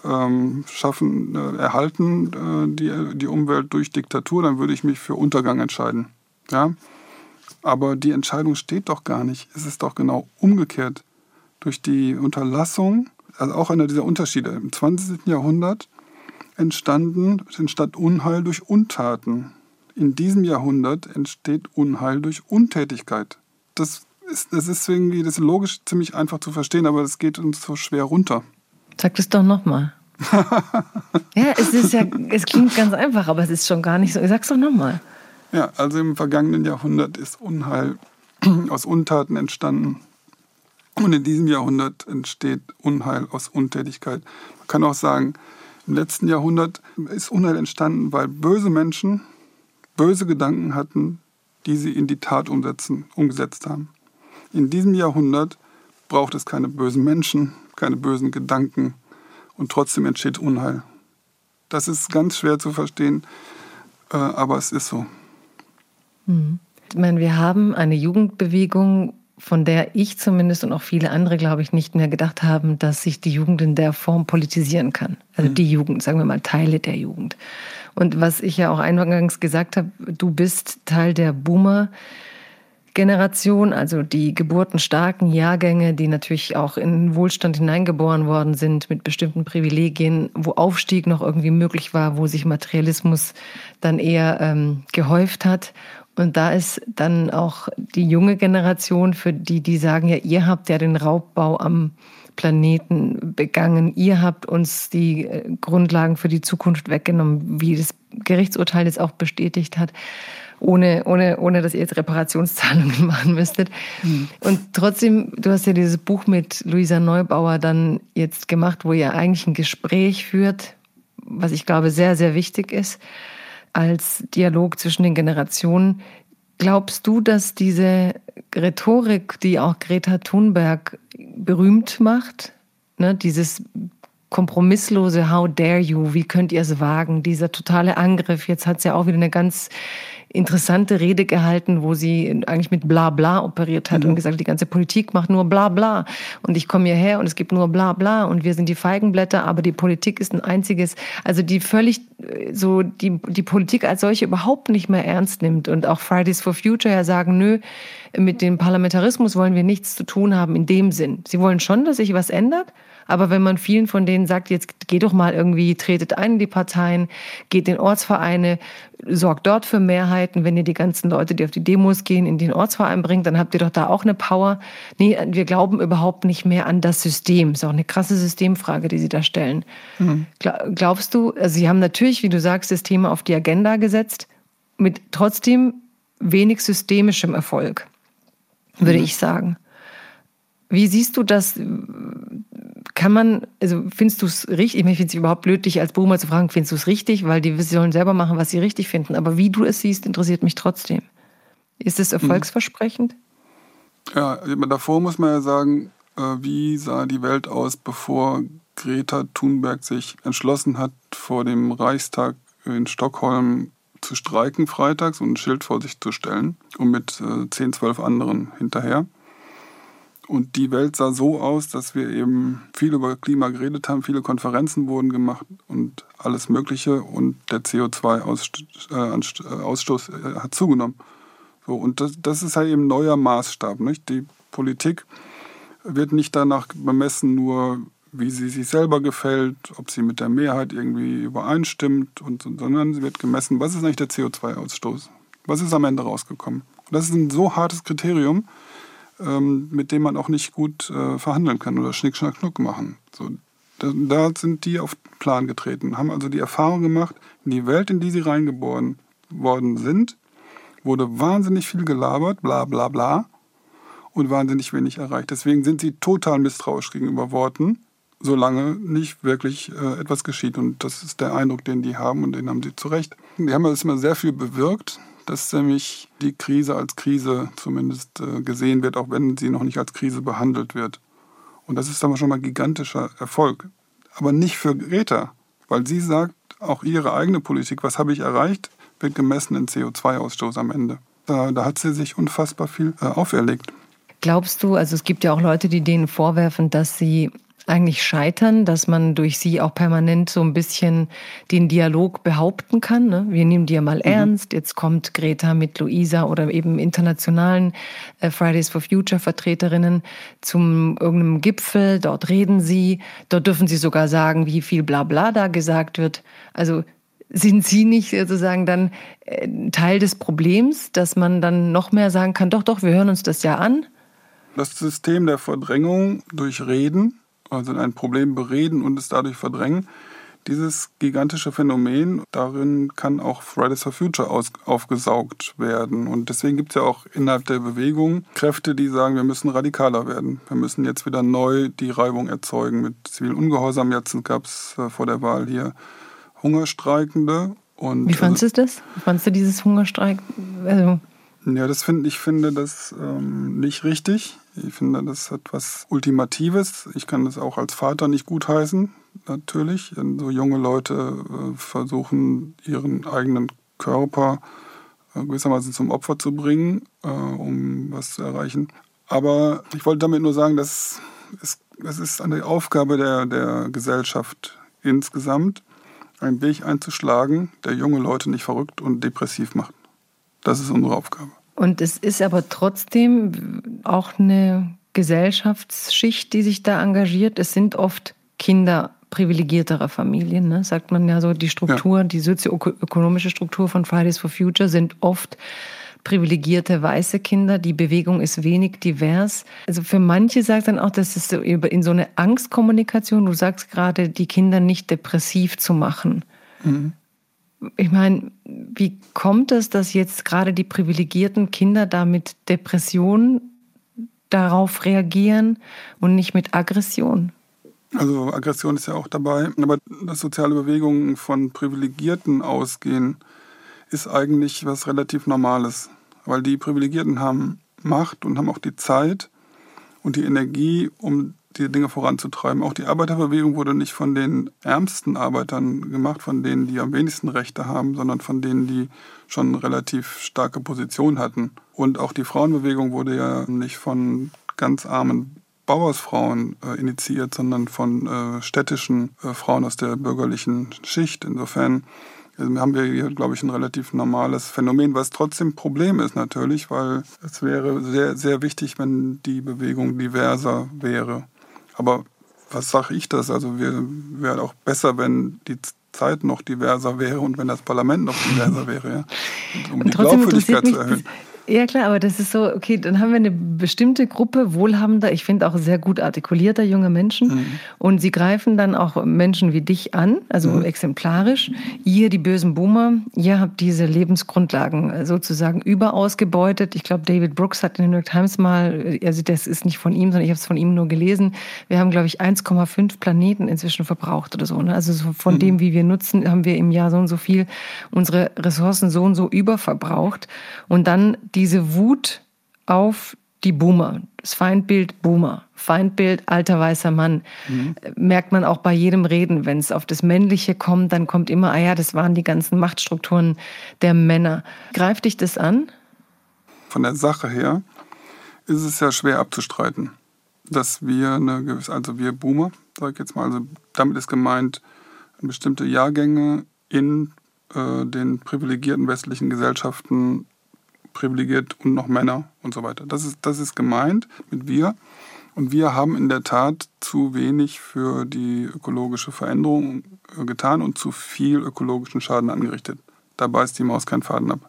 erhalten die Umwelt durch Diktatur, dann würde ich mich für Untergang entscheiden. Ja? Aber die Entscheidung steht doch gar nicht. Es ist doch genau umgekehrt. Durch die Unterlassung, also auch einer dieser Unterschiede. Im 20. Jahrhundert entstand Unheil durch Untaten. In diesem Jahrhundert entsteht Unheil durch Untätigkeit. Das ist irgendwie, das ist logisch ziemlich einfach zu verstehen, aber das geht uns so schwer runter. Sag das doch nochmal. Ja, es klingt ganz einfach, aber es ist schon gar nicht so. Sag's doch nochmal. Ja, also im vergangenen Jahrhundert ist Unheil aus Untaten entstanden. Und in diesem Jahrhundert entsteht Unheil aus Untätigkeit. Man kann auch sagen, im letzten Jahrhundert ist Unheil entstanden, weil böse Menschen böse Gedanken hatten, die sie in die Tat umgesetzt haben. In diesem Jahrhundert braucht es keine bösen Menschen, keine bösen Gedanken und trotzdem entsteht Unheil. Das ist ganz schwer zu verstehen, aber es ist so. Ich meine, wir haben eine Jugendbewegung, von der ich zumindest und auch viele andere, glaube ich, nicht mehr gedacht haben, dass sich die Jugend in der Form politisieren kann. Also die Jugend, sagen wir mal, Teile der Jugend. Und was ich ja auch eingangs gesagt habe, du bist Teil der Boomer-Generation, also die geburtenstarken Jahrgänge, die natürlich auch in Wohlstand hineingeboren worden sind mit bestimmten Privilegien, wo Aufstieg noch irgendwie möglich war, wo sich Materialismus dann eher gehäuft hat. Und da ist dann auch die junge Generation, für die sagen, ja, ihr habt ja den Raubbau am Planeten begangen, ihr habt uns die Grundlagen für die Zukunft weggenommen, wie das Gerichtsurteil jetzt auch bestätigt hat, ohne dass ihr jetzt Reparationszahlungen machen müsstet. Und trotzdem, du hast ja dieses Buch mit Luisa Neubauer dann jetzt gemacht, wo ihr eigentlich ein Gespräch führt, was ich glaube sehr, sehr wichtig ist, als Dialog zwischen den Generationen. Glaubst du, dass diese Rhetorik, die auch Greta Thunberg berühmt macht, ne, dieses kompromisslose How dare you, wie könnt ihr es wagen, dieser totale Angriff, jetzt hat es ja auch wieder eine ganz interessante Rede gehalten, wo sie eigentlich mit Blabla operiert hat und gesagt, die ganze Politik macht nur Blabla und ich komme hierher und es gibt nur Blabla und wir sind die Feigenblätter, aber die Politik ist ein einziges, also die völlig so die Politik als solche überhaupt nicht mehr ernst nimmt und auch Fridays for Future ja sagen, nö, mit dem Parlamentarismus wollen wir nichts zu tun haben in dem Sinn. Sie wollen schon, dass sich was ändert, aber wenn man vielen von denen sagt, jetzt geht doch mal irgendwie, tretet ein in die Parteien, geht in Ortsvereine, sorgt dort für Mehrheiten, wenn ihr die ganzen Leute, die auf die Demos gehen, in den Ortsverein bringt, dann habt ihr doch da auch eine Power. Nee, wir glauben überhaupt nicht mehr an das System. Das ist auch eine krasse Systemfrage, die Sie da stellen. Glaubst du, also Sie haben natürlich, wie du sagst, das Thema auf die Agenda gesetzt, mit trotzdem wenig systemischem Erfolg, würde ich sagen. Wie siehst du das? Kann man, also findest du es richtig? Ich finde es überhaupt blöd, dich als Boomer zu fragen, findest du es richtig? Weil die sollen selber machen, was sie richtig finden. Aber wie du es siehst, interessiert mich trotzdem. Ist es erfolgsversprechend? Ja, davor muss man ja sagen, wie sah die Welt aus, bevor Greta Thunberg sich entschlossen hat, vor dem Reichstag in Stockholm zu streiken freitags und ein Schild vor sich zu stellen und mit 10, 12 anderen hinterher. Und die Welt sah so aus, dass wir eben viel über Klima geredet haben, viele Konferenzen wurden gemacht und alles Mögliche und der CO2-Ausstoß hat zugenommen. So, und das ist halt eben ein neuer Maßstab. Nicht? Die Politik wird nicht danach bemessen, nur wie sie sich selber gefällt, ob sie mit der Mehrheit irgendwie übereinstimmt, sondern sie wird gemessen, was ist eigentlich der CO2-Ausstoß? Was ist am Ende rausgekommen? Und das ist ein so hartes Kriterium, mit dem man auch nicht gut verhandeln kann oder Schnick, Schnack, Schnuck machen. So, da sind die auf den Plan getreten, haben also die Erfahrung gemacht, in die Welt, in die sie reingeboren worden sind, wurde wahnsinnig viel gelabert, bla bla bla, und wahnsinnig wenig erreicht. Deswegen sind sie total misstrauisch gegenüber Worten, solange nicht wirklich etwas geschieht. Und das ist der Eindruck, den die haben und den haben sie zu Recht. Die haben jetzt immer sehr viel bewirkt, dass nämlich die Krise als Krise zumindest gesehen wird, auch wenn sie noch nicht als Krise behandelt wird. Und das ist dann schon mal ein gigantischer Erfolg. Aber nicht für Greta, weil sie sagt, auch ihre eigene Politik, was habe ich erreicht, wird gemessen in CO2-Ausstoß am Ende. Da hat sie sich unfassbar viel auferlegt. Glaubst du, also es gibt ja auch Leute, die denen vorwerfen, dass sie eigentlich scheitern, dass man durch sie auch permanent so ein bisschen den Dialog behaupten kann. Ne? Wir nehmen die ja mal ernst. Jetzt kommt Greta mit Luisa oder eben internationalen Fridays for Future Vertreterinnen zum irgendeinem Gipfel. Dort reden sie. Dort dürfen sie sogar sagen, wie viel Blabla da gesagt wird. Also sind Sie nicht sozusagen dann Teil des Problems, dass man dann noch mehr sagen kann, doch, wir hören uns das ja an? Das System der Verdrängung durch Reden, also ein Problem bereden und es dadurch verdrängen, dieses gigantische Phänomen, darin kann auch Fridays for Future aufgesaugt werden. Und deswegen gibt es ja auch innerhalb der Bewegung Kräfte, die sagen, wir müssen radikaler werden. Wir müssen jetzt wieder neu die Reibung erzeugen mit zivilen Ungehorsam. Jetzt gab es vor der Wahl hier Hungerstreikende. Und, wie fandest du das? Wie fandest du dieses Hungerstreik? Also ja, ich finde das nicht richtig. Ich finde, das hat was Ultimatives. Ich kann das auch als Vater nicht gutheißen, natürlich. So junge Leute versuchen, ihren eigenen Körper gewissermaßen zum Opfer zu bringen, um was zu erreichen. Aber ich wollte damit nur sagen, das ist eine Aufgabe der Gesellschaft insgesamt, einen Weg einzuschlagen, der junge Leute nicht verrückt und depressiv macht. Das ist unsere Aufgabe. Und es ist aber trotzdem auch eine Gesellschaftsschicht, die sich da engagiert. Es sind oft Kinder privilegierterer Familien, ne? Sagt man ja so, die Struktur, die sozioökonomische Struktur von Fridays for Future sind oft privilegierte weiße Kinder. Die Bewegung ist wenig divers. Also für manche sagt dann auch, das ist so in so eine Angstkommunikation, du sagst gerade, die Kinder nicht depressiv zu machen. Mhm. Ich meine, wie kommt es, dass jetzt gerade die privilegierten Kinder da mit Depression darauf reagieren und nicht mit Aggression? Also Aggression ist ja auch dabei. Aber dass soziale Bewegungen von Privilegierten ausgehen, ist eigentlich was relativ Normales. Weil die Privilegierten haben Macht und haben auch die Zeit und die Energie, um die Dinge voranzutreiben. Auch die Arbeiterbewegung wurde nicht von den ärmsten Arbeitern gemacht, von denen, die am wenigsten Rechte haben, sondern von denen, die schon eine relativ starke Position hatten. Und auch die Frauenbewegung wurde ja nicht von ganz armen Bauersfrauen initiiert, sondern von städtischen Frauen aus der bürgerlichen Schicht. Insofern haben wir hier, glaube ich, ein relativ normales Phänomen, was trotzdem ein Problem ist natürlich, weil es wäre sehr, sehr wichtig, wenn die Bewegung diverser wäre. Aber was sage ich das? Also wäre auch besser, wenn die Zeit noch diverser wäre und wenn das Parlament noch diverser wäre, ja? Um die Glaubwürdigkeit zu erhöhen. Ja klar, aber das ist so, okay, dann haben wir eine bestimmte Gruppe wohlhabender, ich finde auch sehr gut artikulierter junger Menschen und sie greifen dann auch Menschen wie dich an, also exemplarisch. Ihr, die bösen Boomer, ihr habt diese Lebensgrundlagen sozusagen überausgebeutet. Ich glaube, David Brooks hat in der New York Times mal, also das ist nicht von ihm, sondern ich habe es von ihm nur gelesen, wir haben, glaube ich, 1,5 Planeten inzwischen verbraucht oder so. Ne? Also so von dem, wie wir nutzen, haben wir im Jahr so und so viel unsere Ressourcen so und so überverbraucht und dann diese Wut auf die Boomer, das Feindbild Boomer, Feindbild alter weißer Mann, merkt man auch bei jedem Reden. Wenn es auf das Männliche kommt, dann kommt immer, das waren die ganzen Machtstrukturen der Männer. Greift dich das an? Von der Sache her ist es ja schwer abzustreiten, dass wir wir Boomer, sage ich jetzt mal, also damit ist gemeint, bestimmte Jahrgänge in den privilegierten westlichen Gesellschaften privilegiert und noch Männer und so weiter. Das ist gemeint mit wir. Und wir haben in der Tat zu wenig für die ökologische Veränderung getan und zu viel ökologischen Schaden angerichtet. Da beißt die Maus keinen Faden ab.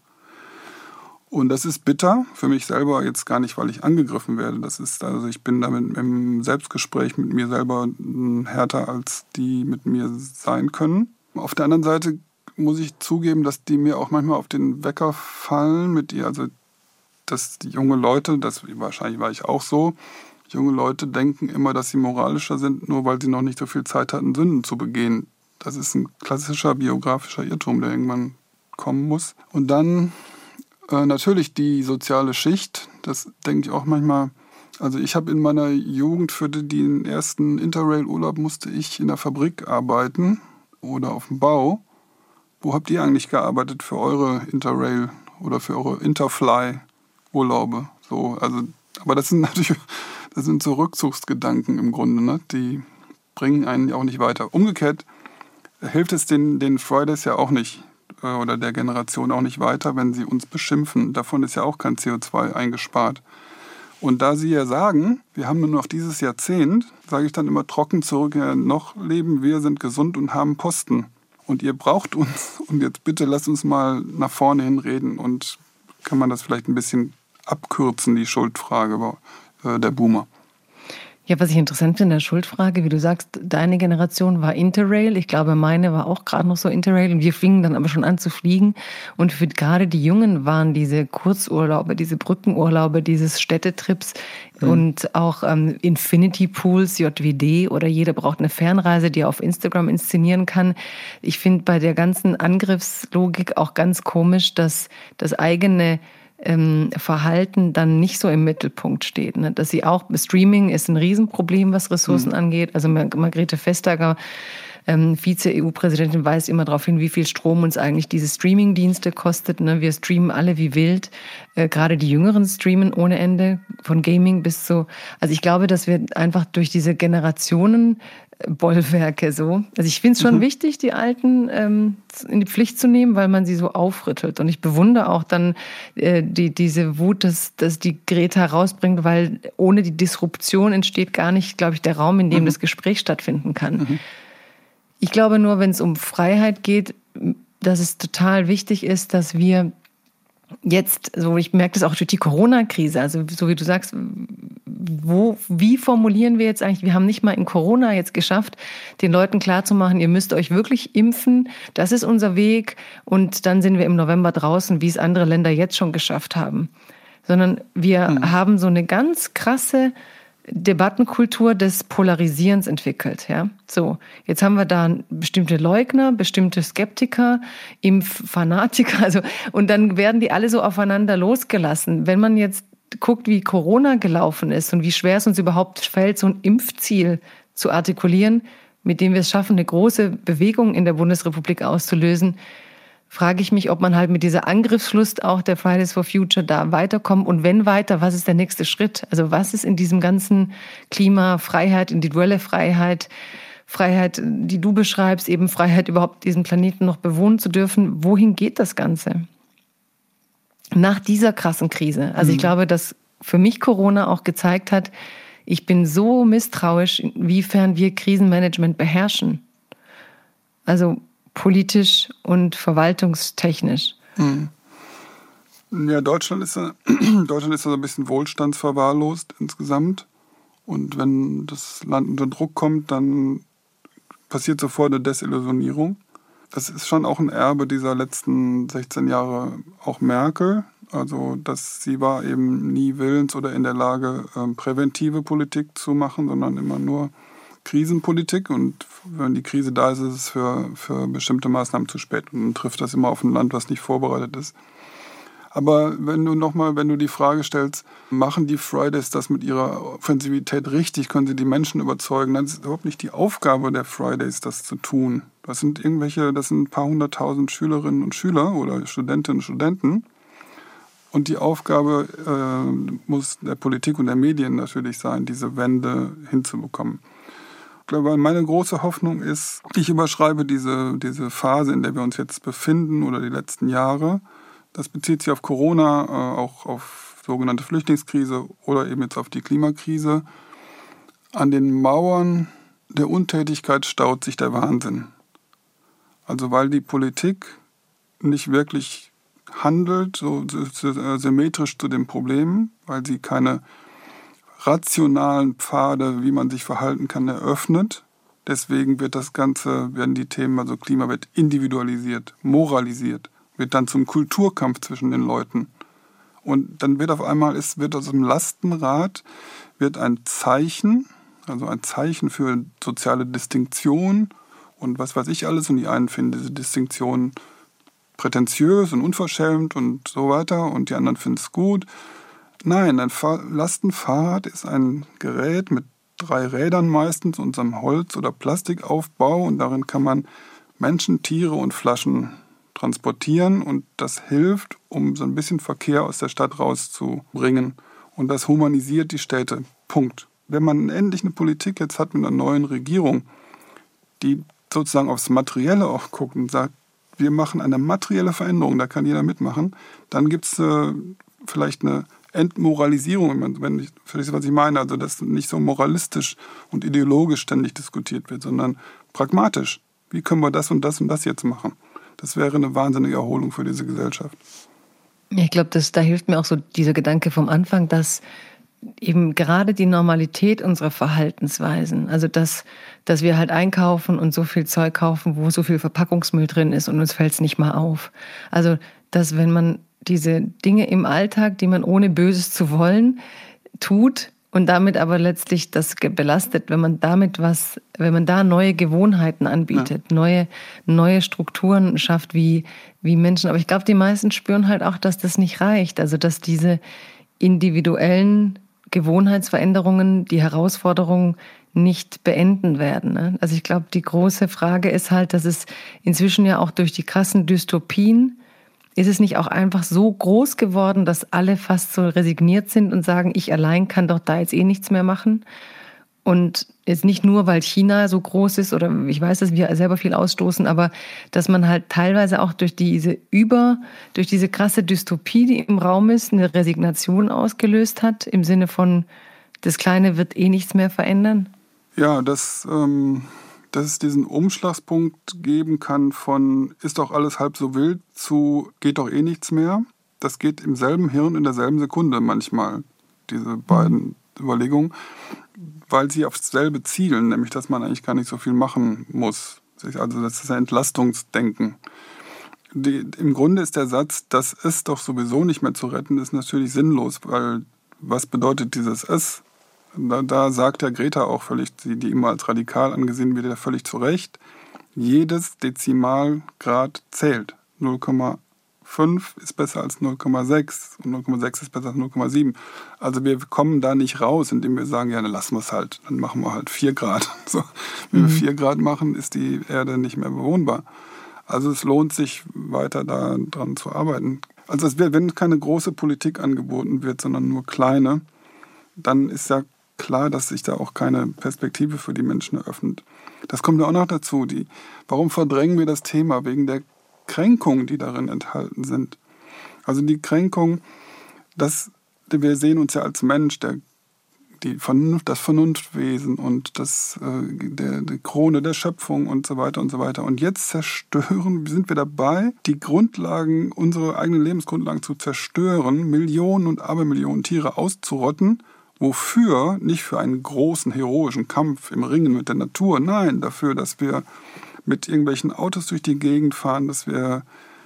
Und das ist bitter für mich selber, jetzt gar nicht, weil ich angegriffen werde. Ich bin damit im Selbstgespräch mit mir selber härter, als die mit mir sein können. Auf der anderen Seite muss ich zugeben, dass die mir auch manchmal auf den Wecker fallen mit ihr. Also, dass die junge Leute, wahrscheinlich war ich auch so, junge Leute denken immer, dass sie moralischer sind, nur weil sie noch nicht so viel Zeit hatten, Sünden zu begehen. Das ist ein klassischer biografischer Irrtum, der irgendwann kommen muss. Und dann natürlich die soziale Schicht, das denke ich auch manchmal. Also ich habe in meiner Jugend für den ersten Interrail-Urlaub musste ich in der Fabrik arbeiten oder auf dem Bau. Wo habt ihr eigentlich gearbeitet für eure Interrail oder für eure Interfly-Urlaube? Aber das sind so Rückzugsgedanken im Grunde, ne? Die bringen einen auch nicht weiter. Umgekehrt hilft es den Fridays ja auch nicht oder der Generation auch nicht weiter, wenn sie uns beschimpfen. Davon ist ja auch kein CO2 eingespart. Und da sie ja sagen, wir haben nur noch dieses Jahrzehnt, sage ich dann immer trocken zurück, ja, noch leben wir, sind gesund und haben Posten. Und ihr braucht uns. Und jetzt bitte lasst uns mal nach vorne hin reden. Und kann man das vielleicht ein bisschen abkürzen, die Schuldfrage der Boomer. Ja, was ich interessant finde in der Schuldfrage, wie du sagst, deine Generation war Interrail. Ich glaube, meine war auch gerade noch so Interrail. Und wir fingen dann aber schon an zu fliegen. Und für gerade die Jungen waren diese Kurzurlaube, diese Brückenurlaube, dieses Städtetrips und auch Infinity Pools, JWD oder jeder braucht eine Fernreise, die er auf Instagram inszenieren kann. Ich finde bei der ganzen Angriffslogik auch ganz komisch, dass das eigene Verhalten dann nicht so im Mittelpunkt steht. Ne? Dass sie auch, Streaming ist ein Riesenproblem, was Ressourcen angeht. Also Margrethe Vestager, Vize-EU-Präsidentin, weist immer darauf hin, wie viel Strom uns eigentlich diese Streaming-Dienste kostet. Ne? Wir streamen alle wie wild. Gerade die Jüngeren streamen ohne Ende, von Gaming bis zu... Also ich glaube, dass wir einfach durch diese Generationen-Bollwerke so... Also ich finde es schon wichtig, die Alten in die Pflicht zu nehmen, weil man sie so aufrüttelt. Und ich bewundere auch dann diese Wut, dass die Greta rausbringt, weil ohne die Disruption entsteht gar nicht, glaube ich, der Raum, in dem das Gespräch stattfinden kann. Ich glaube nur, wenn es um Freiheit geht, dass es total wichtig ist, dass wir jetzt, so ich merke das auch durch die Corona-Krise, also so wie du sagst, wie formulieren wir jetzt eigentlich, wir haben nicht mal in Corona jetzt geschafft, den Leuten klarzumachen, ihr müsst euch wirklich impfen, das ist unser Weg und dann sind wir im November draußen, wie es andere Länder jetzt schon geschafft haben. Sondern wir haben so eine ganz krasse Debattenkultur des Polarisierens entwickelt, ja. So, jetzt haben wir da bestimmte Leugner, bestimmte Skeptiker, Impffanatiker, und dann werden die alle so aufeinander losgelassen. Wenn man jetzt guckt, wie Corona gelaufen ist und wie schwer es uns überhaupt fällt, so ein Impfziel zu artikulieren, mit dem wir es schaffen, eine große Bewegung in der Bundesrepublik auszulösen, frage ich mich, ob man halt mit dieser Angriffslust auch der Fridays for Future da weiterkommt. Und wenn weiter, was ist der nächste Schritt? Also was ist in diesem ganzen Klima, Freiheit, individuelle Freiheit, Freiheit, die du beschreibst, eben Freiheit, überhaupt diesen Planeten noch bewohnen zu dürfen? Wohin geht das Ganze? Nach dieser krassen Krise. Also ich glaube, dass für mich Corona auch gezeigt hat, ich bin so misstrauisch, inwiefern wir Krisenmanagement beherrschen. Also politisch und verwaltungstechnisch. Ja, Deutschland ist so ein bisschen wohlstandsverwahrlost insgesamt. Und wenn das Land unter Druck kommt, dann passiert sofort eine Desillusionierung. Das ist schon auch ein Erbe dieser letzten 16 Jahre auch Merkel. Also, dass sie war eben nie willens oder in der Lage, präventive Politik zu machen, sondern immer nur Krisenpolitik. Und wenn die Krise da ist, ist es für bestimmte Maßnahmen zu spät. Und dann trifft das immer auf ein Land, was nicht vorbereitet ist. Aber wenn du die Frage stellst, machen die Fridays das mit ihrer Offensivität richtig, können sie die Menschen überzeugen, dann ist es überhaupt nicht die Aufgabe der Fridays, das zu tun. Das sind ein paar 100.000 Schülerinnen und Schüler oder Studentinnen und Studenten. Und die Aufgabe muss der Politik und der Medien natürlich sein, diese Wende hinzubekommen. Ich glaube, meine große Hoffnung ist, ich überschreibe diese Phase, in der wir uns jetzt befinden oder die letzten Jahre. Das bezieht sich auf Corona, auch auf sogenannte Flüchtlingskrise oder eben jetzt auf die Klimakrise. An den Mauern der Untätigkeit staut sich der Wahnsinn. Also weil die Politik nicht wirklich handelt, so symmetrisch zu den Problemen, weil sie keine rationalen Pfade, wie man sich verhalten kann, eröffnet. Deswegen werden die Themen, also Klima wird individualisiert, moralisiert, wird dann zum Kulturkampf zwischen den Leuten. Und dann wird auf einmal, wird aus dem Lastenrad wird ein Zeichen, also ein Zeichen für soziale Distinktion und was weiß ich alles. Und die einen finden diese Distinktion prätentiös und unverschämt und so weiter und die anderen finden es gut. Nein, ein Lastenfahrrad ist ein Gerät mit 3 Rädern meistens und einem Holz- oder Plastikaufbau und darin kann man Menschen, Tiere und Flaschen transportieren und das hilft, um so ein bisschen Verkehr aus der Stadt rauszubringen und das humanisiert die Städte. Punkt. Wenn man endlich eine Politik jetzt hat mit einer neuen Regierung, die sozusagen aufs Materielle auch guckt und sagt, wir machen eine materielle Veränderung, da kann jeder mitmachen, dann gibt es vielleicht eine Entmoralisierung, verstehst du, was ich meine? Also, dass nicht so moralistisch und ideologisch ständig diskutiert wird, sondern pragmatisch. Wie können wir das und das und das jetzt machen? Das wäre eine wahnsinnige Erholung für diese Gesellschaft. Ich glaube, da hilft mir auch so dieser Gedanke vom Anfang, dass eben gerade die Normalität unserer Verhaltensweisen, also dass wir halt einkaufen und so viel Zeug kaufen, wo so viel Verpackungsmüll drin ist und uns fällt es nicht mal auf. Also, dass wenn man diese Dinge im Alltag, die man ohne Böses zu wollen tut und damit aber letztlich das belastet, wenn man da neue Gewohnheiten anbietet, ja, neue Strukturen schafft, wie Menschen. Aber ich glaube, die meisten spüren halt auch, dass das nicht reicht. Also, dass diese individuellen Gewohnheitsveränderungen die Herausforderungen nicht beenden werden. Ne? Also ich glaube, die große Frage ist halt, dass es inzwischen ja auch durch die krassen Dystopien ist es nicht auch einfach so groß geworden, dass alle fast so resigniert sind und sagen, ich allein kann doch da jetzt eh nichts mehr machen? Und jetzt nicht nur, weil China so groß ist oder ich weiß, dass wir selber viel ausstoßen, aber dass man halt teilweise auch durch diese krasse Dystopie, die im Raum ist, eine Resignation ausgelöst hat, im Sinne von, das Kleine wird eh nichts mehr verändern? Ja, dass es diesen Umschlagspunkt geben kann von ist doch alles halb so wild zu geht doch eh nichts mehr. Das geht im selben Hirn in derselben Sekunde manchmal, diese beiden Überlegungen, weil sie aufs selbe zielen, nämlich dass man eigentlich gar nicht so viel machen muss. Also das ist ein Entlastungsdenken. Im Grunde ist der Satz, das ist doch sowieso nicht mehr zu retten, ist natürlich sinnlos, weil was bedeutet dieses Es? Da sagt der Greta auch völlig, die immer als radikal angesehen wird, ja völlig zu Recht, jedes Dezimalgrad zählt. 0,5 0,5 ist besser als 0,6 und 0,6 ist besser als 0,7. Also wir kommen da nicht raus, indem wir sagen, ja, dann lassen wir es halt, dann machen wir halt 4 Grad. So, wenn wir 4 Grad machen, ist die Erde nicht mehr bewohnbar. Also es lohnt sich, weiter daran zu arbeiten. Also wenn keine große Politik angeboten wird, sondern nur kleine, dann ist ja klar, dass sich da auch keine Perspektive für die Menschen eröffnet. Das kommt ja auch noch dazu. Warum verdrängen wir das Thema? Wegen der Kränkungen, die darin enthalten sind. Also die Kränkung, wir sehen uns ja als Mensch, das Vernunftwesen und die Krone der Schöpfung und so weiter und so weiter. Und jetzt sind wir dabei, die Grundlagen, unsere eigenen Lebensgrundlagen zu zerstören, Millionen und Abermillionen Tiere auszurotten. Wofür? Nicht für einen großen, heroischen Kampf im Ringen mit der Natur. Nein, dafür, dass wir mit irgendwelchen Autos durch die Gegend fahren, dass wir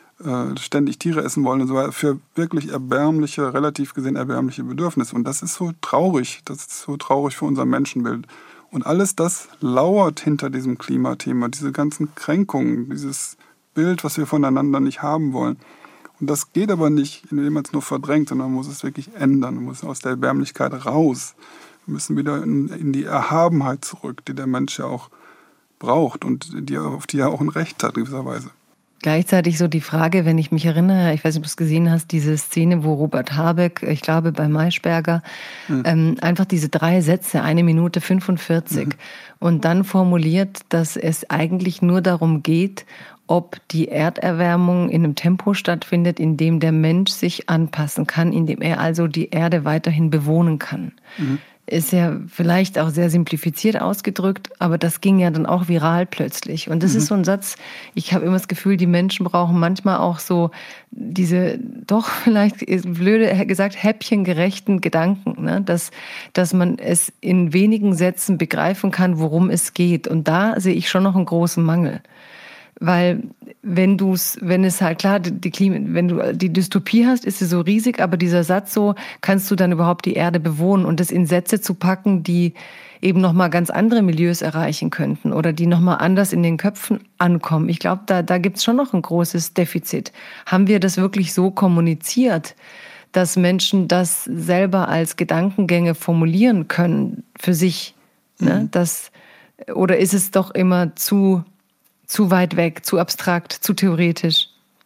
ständig Tiere essen wollen und so weiter, für wirklich relativ gesehen erbärmliche Bedürfnisse. Und das ist so traurig. Das ist so traurig für unser Menschenbild. Und alles das lauert hinter diesem Klimathema, diese ganzen Kränkungen, dieses Bild, was wir voneinander nicht haben wollen. Und das geht aber nicht, indem man es nur verdrängt, sondern man muss es wirklich ändern. Man muss aus der Erbärmlichkeit raus. Wir müssen wieder in die Erhabenheit zurück, die der Mensch ja auch braucht und auf die er auch ein Recht hat, gewisserweise. Gleichzeitig so die Frage, wenn ich mich erinnere, ich weiß nicht, ob du es gesehen hast, diese Szene, wo Robert Habeck, ich glaube bei Maischberger, einfach diese 3 Sätze, 1 Minute 45 und dann formuliert, dass es eigentlich nur darum geht, ob die Erderwärmung in einem Tempo stattfindet, in dem der Mensch sich anpassen kann, in dem er also die Erde weiterhin bewohnen kann. Ist ja vielleicht auch sehr simplifiziert ausgedrückt, aber das ging ja dann auch viral plötzlich. Und das ist so ein Satz, ich habe immer das Gefühl, die Menschen brauchen manchmal auch so diese, doch vielleicht blöde gesagt, häppchengerechten Gedanken, ne? Dass man es in wenigen Sätzen begreifen kann, worum es geht. Und da sehe ich schon noch einen großen Mangel. Weil wenn es halt klar, wenn du die Dystopie hast, ist sie so riesig, aber dieser Satz so, kannst du dann überhaupt die Erde bewohnen und das in Sätze zu packen, die eben nochmal ganz andere Milieus erreichen könnten oder die nochmal anders in den Köpfen ankommen. Ich glaube, da gibt's schon noch ein großes Defizit. Haben wir das wirklich so kommuniziert, dass Menschen das selber als Gedankengänge formulieren können für sich? Ne? Oder ist es doch immer zu weit weg, zu abstrakt, zu theoretisch?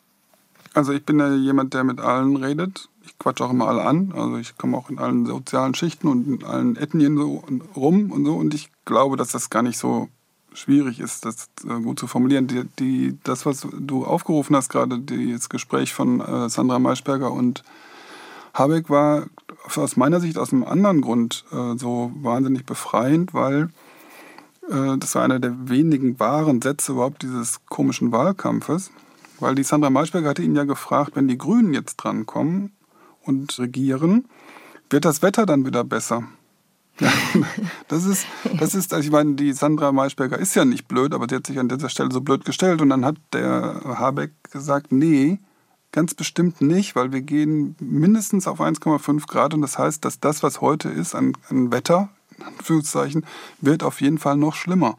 Also ich bin ja jemand, der mit allen redet. Ich quatsche auch immer alle an. Also ich komme auch in allen sozialen Schichten und in allen Ethnien so rum und so. Und ich glaube, dass das gar nicht so schwierig ist, das gut zu formulieren. Das, was du aufgerufen hast gerade, das Gespräch von Sandra Maischberger und Habeck, war aus meiner Sicht aus einem anderen Grund so wahnsinnig befreiend, weil das war einer der wenigen wahren Sätze überhaupt dieses komischen Wahlkampfes, weil die Sandra Maischberger hatte ihn ja gefragt, wenn die Grünen jetzt drankommen und regieren, wird das Wetter dann wieder besser? Ja, das ist, also ich meine, die Sandra Maischberger ist ja nicht blöd, aber sie hat sich an dieser Stelle so blöd gestellt und dann hat der Habeck gesagt, nee, ganz bestimmt nicht, weil wir gehen mindestens auf 1,5 Grad und das heißt, dass das, was heute ist an Wetter, in Anführungszeichen, wird auf jeden Fall noch schlimmer.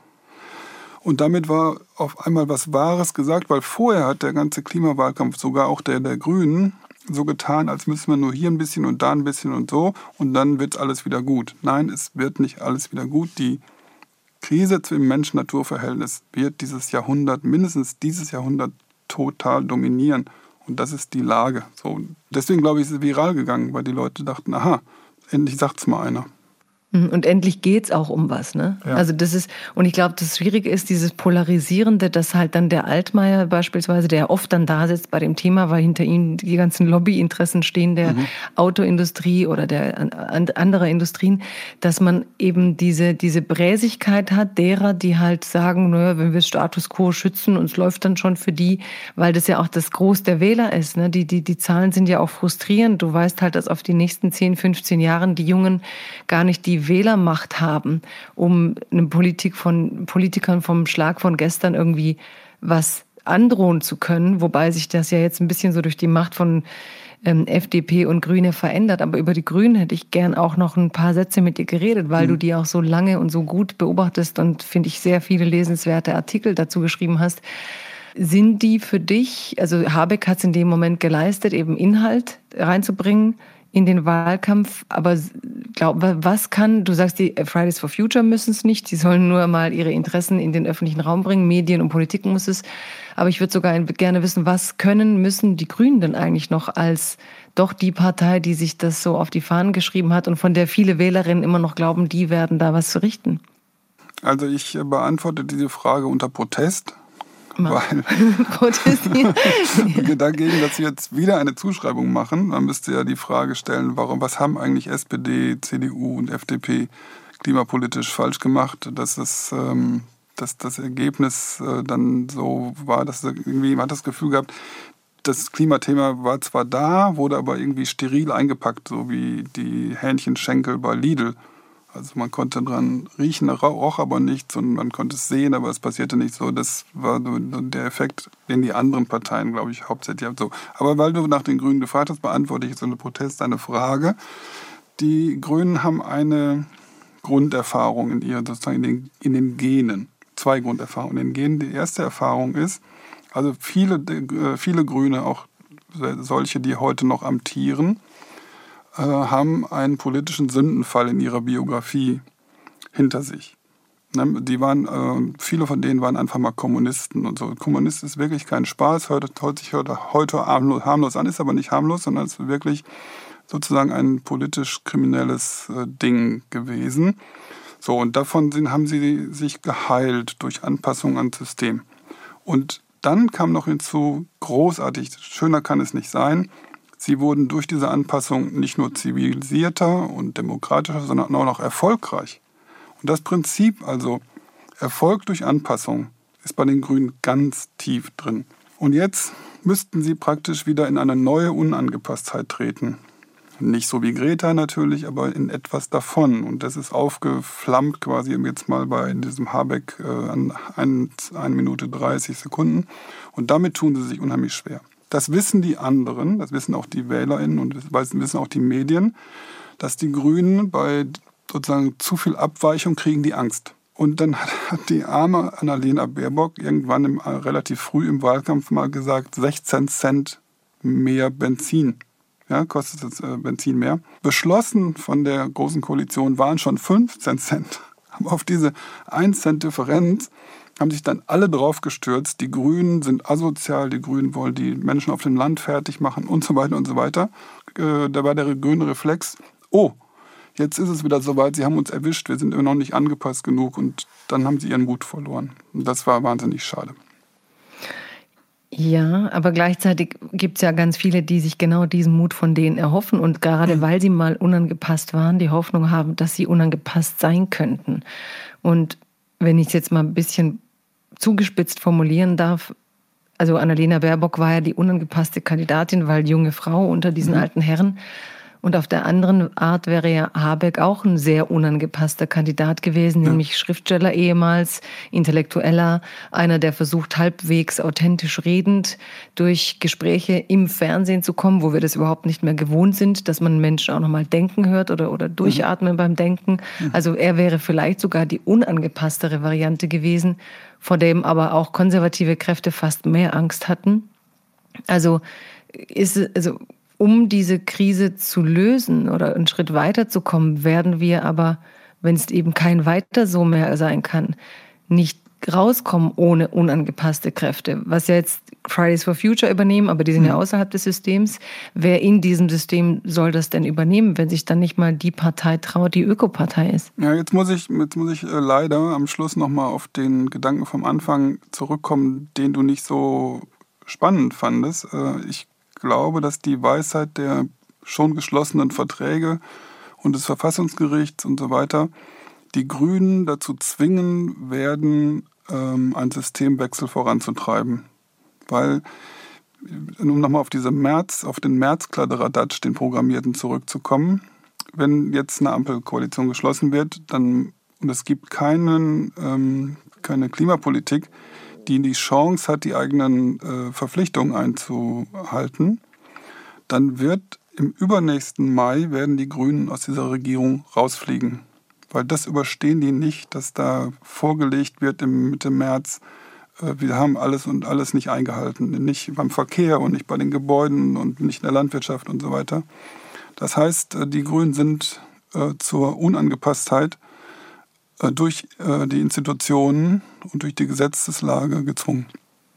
Und damit war auf einmal was Wahres gesagt, weil vorher hat der ganze Klimawahlkampf, sogar auch der Grünen, so getan, als müssen wir nur hier ein bisschen und da ein bisschen und so und dann wird alles wieder gut. Nein, es wird nicht alles wieder gut. Die Krise im Mensch-Natur-Verhältnis wird mindestens dieses Jahrhundert total dominieren. Und das ist die Lage. So, deswegen glaube ich, ist es viral gegangen, weil die Leute dachten, aha, endlich sagt's mal einer. Und endlich geht's auch um was, ne? Ja. Also und ich glaube, das Schwierige ist dieses Polarisierende, dass halt dann der Altmaier beispielsweise, der oft dann da sitzt bei dem Thema, weil hinter ihm die ganzen Lobbyinteressen stehen, der Autoindustrie oder der anderer Industrien, dass man eben diese Bräsigkeit hat derer, die halt sagen, naja, wenn wir Status Quo schützen, uns läuft dann schon für die, weil das ja auch das Groß der Wähler ist, ne? Die Zahlen sind ja auch frustrierend. Du weißt halt, dass auf die nächsten 10, 15 Jahren die Jungen gar nicht die Wählermacht haben, um eine Politikern vom Schlag von gestern irgendwie was androhen zu können, wobei sich das ja jetzt ein bisschen so durch die Macht von FDP und Grüne verändert. Aber über die Grünen hätte ich gern auch noch ein paar Sätze mit dir geredet, weil du die auch so lange und so gut beobachtest und, finde ich, sehr viele lesenswerte Artikel dazu geschrieben hast. Sind die für dich, also Habeck hat es in dem Moment geleistet, eben Inhalt reinzubringen in den Wahlkampf, aber was kann, du sagst, die Fridays for Future müssen es nicht, die sollen nur mal ihre Interessen in den öffentlichen Raum bringen, Medien und Politik muss es, aber ich würde sogar gerne wissen, was müssen die Grünen denn eigentlich noch als doch die Partei, die sich das so auf die Fahnen geschrieben hat und von der viele Wählerinnen immer noch glauben, die werden da was zu richten? Also ich beantworte diese Frage unter Protest. Weil dagegen, dass Sie jetzt wieder eine Zuschreibung machen, man müsste ja die Frage stellen, was haben eigentlich SPD, CDU und FDP klimapolitisch falsch gemacht, dass das Ergebnis dann so war, dass irgendwie, man hat das Gefühl gehabt, das Klimathema war zwar da, wurde aber irgendwie steril eingepackt, so wie die Hähnchenschenkel bei Lidl. Also man konnte dran riechen, roch aber nichts und man konnte es sehen, aber es passierte nicht so. Das war so der Effekt, den die anderen Parteien, glaube ich, hauptsächlich haben. So. Aber weil du nach den Grünen gefragt hast, beantworte ich jetzt unter Protest eine Frage. Die Grünen haben eine Grunderfahrung sozusagen in den Genen. 2 Grunderfahrungen in den Genen. Die erste Erfahrung ist, also viele Grüne, auch solche, die heute noch amtieren, haben einen politischen Sündenfall in ihrer Biografie hinter sich. Viele von denen waren einfach mal Kommunisten und so. Kommunist ist wirklich kein Spaß, hört sich heute harmlos an, ist aber nicht harmlos, sondern es ist wirklich sozusagen ein politisch-kriminelles Ding gewesen. So, und davon haben sie sich geheilt durch Anpassung ans System. Und dann kam noch hinzu, großartig, schöner kann es nicht sein, sie wurden durch diese Anpassung nicht nur zivilisierter und demokratischer, sondern auch noch erfolgreich. Und das Prinzip, also Erfolg durch Anpassung, ist bei den Grünen ganz tief drin. Und jetzt müssten sie praktisch wieder in eine neue Unangepasstheit treten. Nicht so wie Greta natürlich, aber in etwas davon. Und das ist aufgeflammt quasi jetzt mal bei diesem Habeck an 1 Minute 30 Sekunden. Und damit tun sie sich unheimlich schwer. Das wissen die anderen, das wissen auch die WählerInnen und das wissen auch die Medien, dass die Grünen bei sozusagen zu viel Abweichung kriegen die Angst. Und dann hat die arme Annalena Baerbock irgendwann relativ früh im Wahlkampf mal gesagt, 16 Cent mehr Benzin. Ja, kostet das Benzin mehr. Beschlossen von der Großen Koalition waren schon 15 Cent. Aber auf diese 1 Cent Differenz haben sich dann alle drauf gestürzt, die Grünen sind asozial, die Grünen wollen die Menschen auf dem Land fertig machen und so weiter und so weiter. Da war der grüne Reflex, oh, jetzt ist es wieder soweit, sie haben uns erwischt, wir sind immer noch nicht angepasst genug und dann haben sie ihren Mut verloren. Und das war wahnsinnig schade. Ja, aber gleichzeitig gibt es ja ganz viele, die sich genau diesen Mut von denen erhoffen und gerade weil sie mal unangepasst waren, die Hoffnung haben, dass sie unangepasst sein könnten. Und wenn ich es jetzt mal ein bisschen zugespitzt formulieren darf, also Annalena Baerbock war ja die unangepasste Kandidatin, weil junge Frau unter diesen alten Herren. Und auf der anderen Art wäre ja Habeck auch ein sehr unangepasster Kandidat gewesen, nämlich Schriftsteller ehemals, Intellektueller, einer, der versucht, halbwegs authentisch redend durch Gespräche im Fernsehen zu kommen, wo wir das überhaupt nicht mehr gewohnt sind, dass man Menschen auch nochmal denken hört oder durchatmen beim Denken. Also er wäre vielleicht sogar die unangepasstere Variante gewesen, vor dem aber auch konservative Kräfte fast mehr Angst hatten. Also um diese Krise zu lösen oder einen Schritt weiterzukommen, werden wir aber, wenn es eben kein Weiter so mehr sein kann, nicht rauskommen ohne unangepasste Kräfte. Was ja jetzt Fridays for Future übernehmen, aber die sind ja außerhalb des Systems. Wer in diesem System soll das denn übernehmen, wenn sich dann nicht mal die Partei traut, die Ökopartei ist? Ja, jetzt muss ich leider am Schluss nochmal auf den Gedanken vom Anfang zurückkommen, den du nicht so spannend fandest. Ich glaube, dass die Weisheit der schon geschlossenen Verträge und des Verfassungsgerichts und so weiter die Grünen dazu zwingen werden, einen Systemwechsel voranzutreiben. Weil, um nochmal auf den März-Kladderadatsch, den Programmierten, zurückzukommen, wenn jetzt eine Ampelkoalition geschlossen wird, und es gibt keine Klimapolitik, die die Chance hat, die eigenen Verpflichtungen einzuhalten, dann wird im übernächsten Mai werden die Grünen aus dieser Regierung rausfliegen. Weil das überstehen die nicht, dass da vorgelegt wird im Mitte März wir haben alles und alles nicht eingehalten. Nicht beim Verkehr und nicht bei den Gebäuden und nicht in der Landwirtschaft und so weiter. Das heißt, die Grünen sind zur Unangepasstheit durch die Institutionen und durch die Gesetzeslage gezwungen.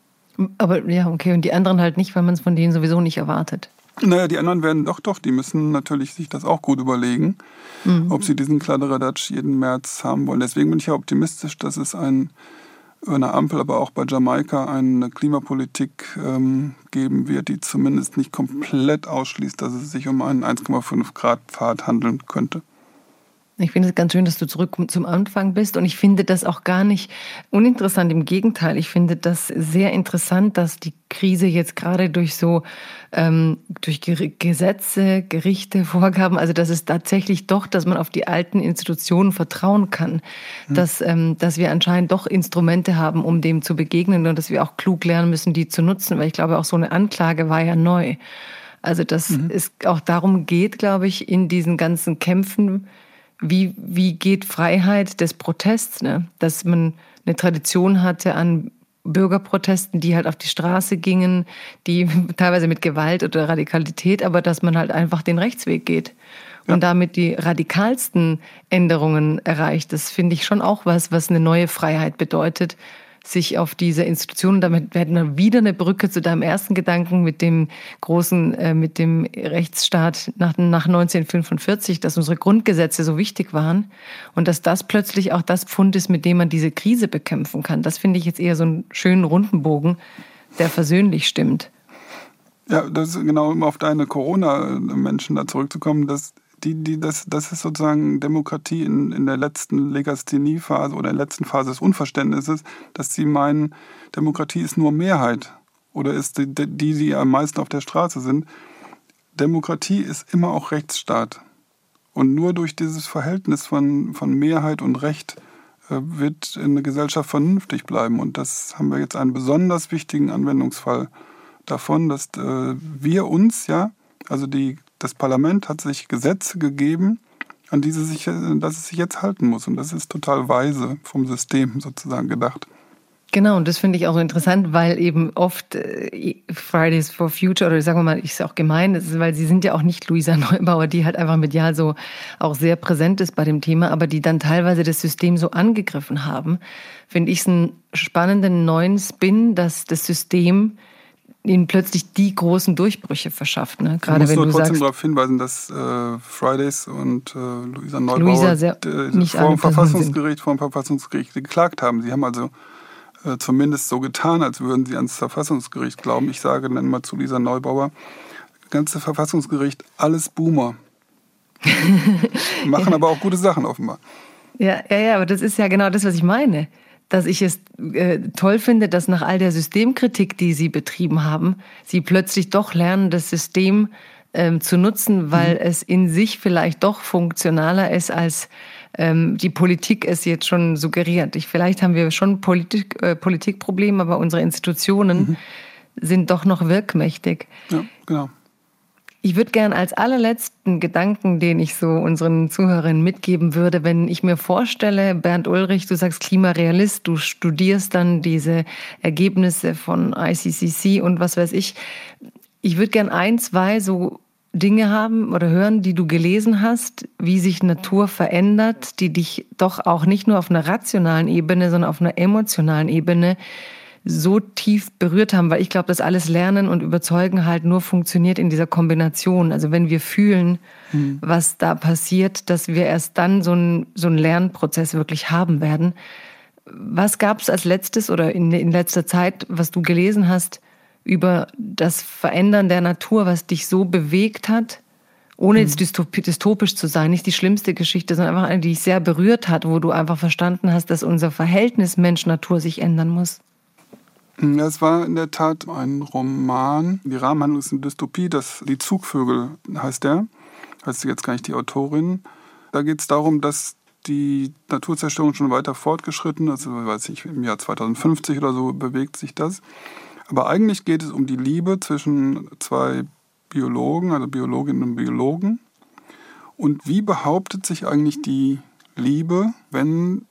Aber ja, okay, und die anderen halt nicht, weil man es von denen sowieso nicht erwartet. Naja, die anderen werden doch, die müssen natürlich sich das auch gut überlegen, ob sie diesen Kladderadatsch jeden März haben wollen. Deswegen bin ich ja optimistisch, dass es eine Ampel, aber auch bei Jamaika eine Klimapolitik geben wird, die zumindest nicht komplett ausschließt, dass es sich um einen 1,5 Grad Pfad handeln könnte. Ich finde es ganz schön, dass du zurück zum Anfang bist und ich finde das auch gar nicht uninteressant. Im Gegenteil, ich finde das sehr interessant, dass die Krise jetzt gerade durch durch Gesetze, Gerichte, Vorgaben, also dass es tatsächlich doch, dass man auf die alten Institutionen vertrauen kann, dass wir anscheinend doch Instrumente haben, um dem zu begegnen und dass wir auch klug lernen müssen, die zu nutzen, weil ich glaube, auch so eine Anklage war ja neu. Also dass es auch darum geht, glaube ich, in diesen ganzen Kämpfen, wie geht Freiheit des Protests, ne? Dass man eine Tradition hatte an Bürgerprotesten, die halt auf die Straße gingen, die teilweise mit Gewalt oder Radikalität, aber dass man halt einfach den Rechtsweg geht und damit die radikalsten Änderungen erreicht. Das finde ich schon auch was eine neue Freiheit bedeutet, sich auf diese Institutionen, damit werden wir wieder eine Brücke zu deinem ersten Gedanken mit dem mit dem Rechtsstaat nach 1945, dass unsere Grundgesetze so wichtig waren und dass das plötzlich auch das Pfund ist, mit dem man diese Krise bekämpfen kann. Das finde ich jetzt eher so einen schönen runden Bogen, der versöhnlich stimmt. Ja, das ist genau, um auf deine Corona-Menschen da zurückzukommen, das ist sozusagen Demokratie in der letzten Legasthenie-Phase oder in der letzten Phase des Unverständnisses, dass sie meinen, Demokratie ist nur Mehrheit oder ist die am meisten auf der Straße sind. Demokratie ist immer auch Rechtsstaat. Und nur durch dieses Verhältnis von Mehrheit und Recht wird eine Gesellschaft vernünftig bleiben. Und das haben wir jetzt einen besonders wichtigen Anwendungsfall davon, dass wir uns, das Parlament hat sich Gesetze gegeben, an dass es sich jetzt halten muss. Und das ist total weise vom System sozusagen gedacht. Genau, und das finde ich auch so interessant, weil eben oft Fridays for Future, oder sagen wir mal, ich sage auch gemein, weil sie sind ja auch nicht Luisa Neubauer, die halt einfach medial so auch sehr präsent ist bei dem Thema, aber die dann teilweise das System so angegriffen haben, finde ich es einen spannenden neuen Spin, dass das System ihnen plötzlich die großen Durchbrüche verschafft. Ne? Gerade ich muss wenn nur du trotzdem sagst, darauf hinweisen, dass Fridays und Luisa Neubauer vor dem Verfassungsgericht geklagt haben. Sie haben also zumindest so getan, als würden sie ans Verfassungsgericht glauben. Ich sage dann mal zu Luisa Neubauer, ganze Verfassungsgericht, alles Boomer. Machen aber auch gute Sachen offenbar. Ja, aber das ist ja genau das, was ich meine. Dass ich es toll finde, dass nach all der Systemkritik, die sie betrieben haben, sie plötzlich doch lernen, das System zu nutzen, weil es in sich vielleicht doch funktionaler ist, als die Politik es jetzt schon suggeriert. Vielleicht haben wir schon Politikprobleme, aber unsere Institutionen sind doch noch wirkmächtig. Ja, genau. Ich würde gern als allerletzten Gedanken, den ich so unseren Zuhörern mitgeben würde, wenn ich mir vorstelle, Bernd Ulrich, du sagst Klimarealist, du studierst dann diese Ergebnisse von IPCC und was weiß ich. Ich würde gern 1, 2 so Dinge haben oder hören, die du gelesen hast, wie sich Natur verändert, die dich doch auch nicht nur auf einer rationalen Ebene, sondern auf einer emotionalen Ebene so tief berührt haben, weil ich glaube, dass alles Lernen und Überzeugen halt nur funktioniert in dieser Kombination. Also wenn wir fühlen, was da passiert, dass wir erst dann so einen Lernprozess wirklich haben werden. Was gab es als letztes oder in letzter Zeit, was du gelesen hast über das Verändern der Natur, was dich so bewegt hat, ohne jetzt dystopisch zu sein, nicht die schlimmste Geschichte, sondern einfach eine, die dich sehr berührt hat, wo du einfach verstanden hast, dass unser Verhältnis Mensch-Natur sich ändern muss? Ja, es war in der Tat ein Roman. Die Rahmenhandlung ist eine Dystopie. Die Zugvögel heißt der. Heißt jetzt gar nicht die Autorin. Da geht es darum, dass die Naturzerstörung schon weiter fortgeschritten ist. Also, weiß ich, im Jahr 2050 oder so bewegt sich das. Aber eigentlich geht es um die Liebe zwischen 2 Biologen, also Biologinnen und Biologen. Und wie behauptet sich eigentlich die Liebe, wenn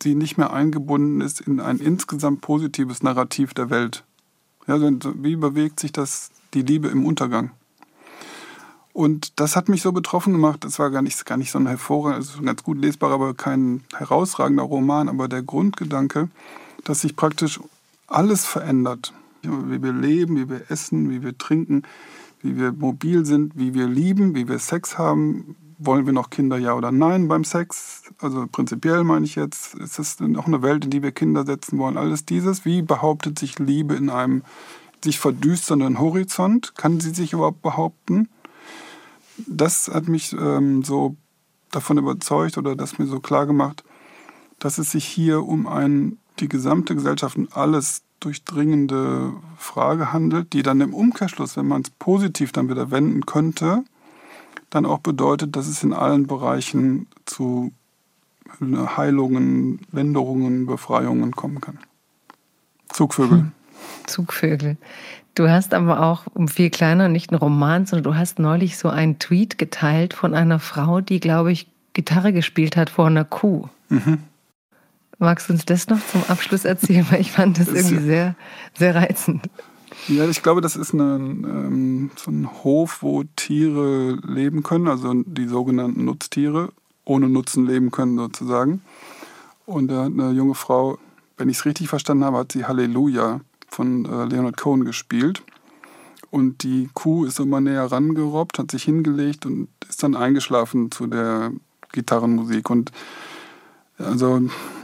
sie nicht mehr eingebunden ist in ein insgesamt positives Narrativ der Welt. Ja, wie bewegt sich die Liebe im Untergang? Und das hat mich so betroffen gemacht. Es war gar nicht so ein hervorragender, also ein ganz gut lesbarer, aber kein herausragender Roman. Aber der Grundgedanke, dass sich praktisch alles verändert. Wie wir leben, wie wir essen, wie wir trinken, wie wir mobil sind, wie wir lieben, wie wir Sex haben. Wollen wir noch Kinder, ja oder nein beim Sex? Also prinzipiell meine ich jetzt, ist es noch eine Welt, in die wir Kinder setzen wollen? Alles dieses, wie behauptet sich Liebe in einem sich verdüsternden Horizont? Kann sie sich überhaupt behaupten? Das hat mich so davon überzeugt oder das mir so klar gemacht, dass es sich hier um die gesamte Gesellschaft und alles durchdringende Frage handelt, die dann im Umkehrschluss, wenn man es positiv dann wieder wenden könnte, dann auch bedeutet, dass es in allen Bereichen zu Heilungen, Wenderungen, Befreiungen kommen kann. Zugvögel. Zugvögel. Du hast aber auch viel kleiner nicht einen Roman, sondern du hast neulich so einen Tweet geteilt von einer Frau, die, glaube ich, Gitarre gespielt hat vor einer Kuh. Mhm. Magst du uns das noch zum Abschluss erzählen? Weil ich fand das irgendwie sehr, sehr reizend. Ja, ich glaube, das ist so ein Hof, wo Tiere leben können, also die sogenannten Nutztiere, ohne Nutzen leben können sozusagen. Und da hat eine junge Frau, wenn ich es richtig verstanden habe, hat sie Halleluja von Leonard Cohen gespielt. Und die Kuh ist immer näher rangerobbt, hat sich hingelegt und ist dann eingeschlafen zu der Gitarrenmusik. Und also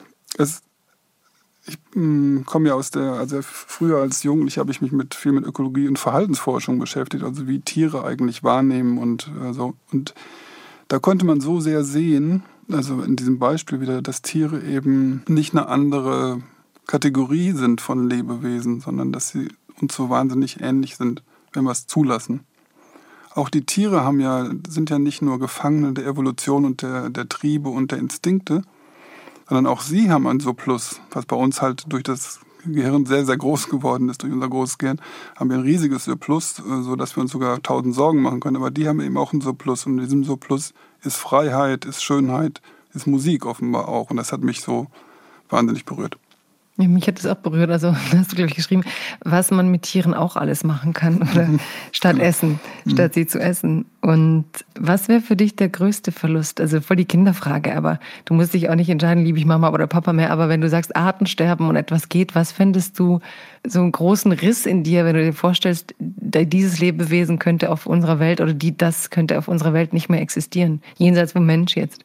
ich komme ja also früher als Jugendlicher habe ich mich viel mit Ökologie und Verhaltensforschung beschäftigt, also wie Tiere eigentlich wahrnehmen und so. Und da konnte man so sehr sehen, also in diesem Beispiel wieder, dass Tiere eben nicht eine andere Kategorie sind von Lebewesen, sondern dass sie uns so wahnsinnig ähnlich sind, wenn wir es zulassen. Auch die Tiere sind ja nicht nur Gefangene der Evolution und der Triebe und der Instinkte, sondern auch sie haben ein Surplus, was bei uns halt durch das Gehirn sehr, sehr groß geworden ist, durch unser großes Gehirn, haben wir ein riesiges Surplus, sodass wir uns sogar 1000 Sorgen machen können. Aber die haben eben auch einen Surplus und in diesem Surplus ist Freiheit, ist Schönheit, ist Musik offenbar auch. Und das hat mich so wahnsinnig berührt. Ja, mich hat das auch berührt. Also hast du, glaube ich, geschrieben, was man mit Tieren auch alles machen kann, oder statt sie zu essen. Und was wäre für dich der größte Verlust? Also voll die Kinderfrage, aber du musst dich auch nicht entscheiden, liebe ich Mama oder Papa mehr. Aber wenn du sagst, Artensterben und etwas geht, was fändest du so einen großen Riss in dir, wenn du dir vorstellst, dieses Lebewesen könnte auf unserer Welt oder das könnte auf unserer Welt nicht mehr existieren, jenseits vom Mensch jetzt?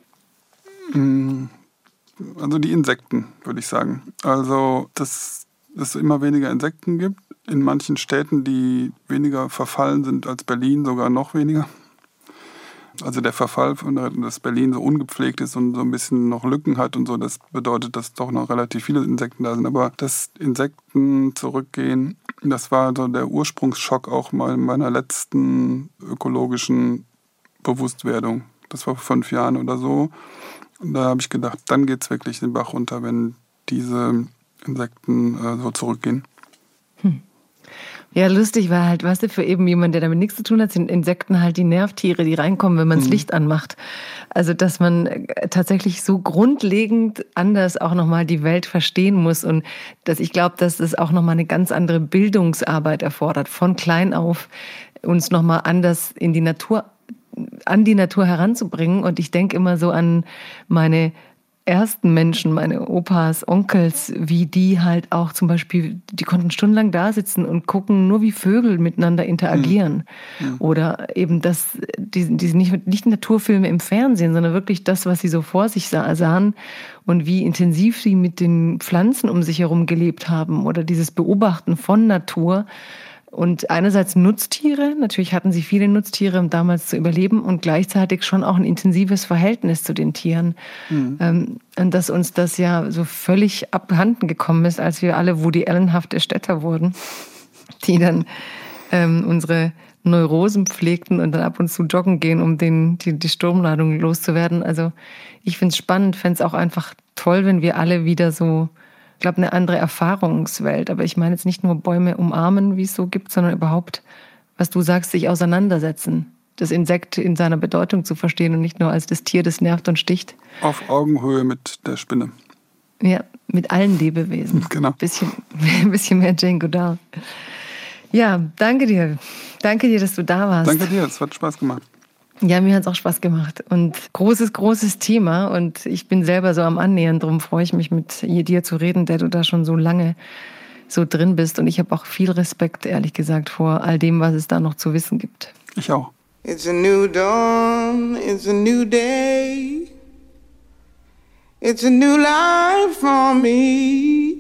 Also die Insekten, würde ich sagen. Also, dass es immer weniger Insekten gibt. In manchen Städten, die weniger verfallen sind als Berlin, sogar noch weniger. Also der Verfall, dass Berlin so ungepflegt ist und so ein bisschen noch Lücken hat und so, das bedeutet, dass doch noch relativ viele Insekten da sind. Aber dass Insekten zurückgehen, das war so der Ursprungsschock auch mal in meiner letzten ökologischen Bewusstwerdung. Das war vor 5 Jahren oder so. Und da habe ich gedacht, dann geht es wirklich den Bach runter, wenn diese Insekten so zurückgehen. Ja, lustig war halt, weißt du, für eben jemand, der damit nichts zu tun hat, sind Insekten halt die Nervtiere, die reinkommen, wenn man das Licht anmacht. Also, dass man tatsächlich so grundlegend anders auch nochmal die Welt verstehen muss und dass ich glaube, dass das auch nochmal eine ganz andere Bildungsarbeit erfordert, von klein auf uns nochmal anders an die Natur heranzubringen. Und ich denke immer so an meine ersten Menschen, meine Opas, Onkels, wie die halt auch zum Beispiel, die konnten stundenlang da sitzen und gucken, nur wie Vögel miteinander interagieren. Oder eben diese nicht Naturfilme im Fernsehen, sondern wirklich das, was sie so vor sich sahen und wie intensiv sie mit den Pflanzen um sich herum gelebt haben. Oder dieses Beobachten von Natur. Und einerseits Nutztiere, natürlich hatten sie viele Nutztiere, um damals zu überleben, und gleichzeitig schon auch ein intensives Verhältnis zu den Tieren. Und dass uns das ja so völlig abhanden gekommen ist, als wir alle Woody Allen-hafte Städter wurden, die dann unsere Neurosen pflegten und dann ab und zu joggen gehen, um die Sturmladung loszuwerden. Also ich finde es spannend, fände es auch einfach toll, wenn wir alle wieder so, ich glaube, eine andere Erfahrungswelt. Aber ich meine jetzt nicht nur Bäume umarmen, wie es so gibt, sondern überhaupt, was du sagst, sich auseinandersetzen. Das Insekt in seiner Bedeutung zu verstehen und nicht nur als das Tier, das nervt und sticht. Auf Augenhöhe mit der Spinne. Ja, mit allen Lebewesen. Genau. Ein bisschen mehr Jane Goodall. Ja, danke dir. Danke dir, dass du da warst. Danke dir, es hat Spaß gemacht. Ja, mir hat es auch Spaß gemacht. Und großes Thema. Und ich bin selber so am Annähern. Darum freue ich mich, mit dir zu reden, der du da schon so lange so drin bist. Und ich habe auch viel Respekt, ehrlich gesagt, vor all dem, was es da noch zu wissen gibt. Ich auch. It's a new dawn, it's a new day. It's a new life for me.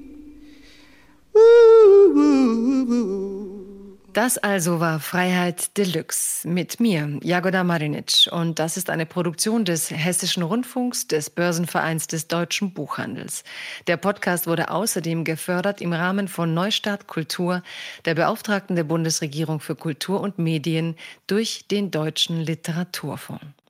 Das also war Freiheit Deluxe mit mir, Jagoda Marinic. Und das ist eine Produktion des Hessischen Rundfunks, des Börsenvereins des Deutschen Buchhandels. Der Podcast wurde außerdem gefördert im Rahmen von Neustart Kultur, der Beauftragten der Bundesregierung für Kultur und Medien, durch den Deutschen Literaturfonds.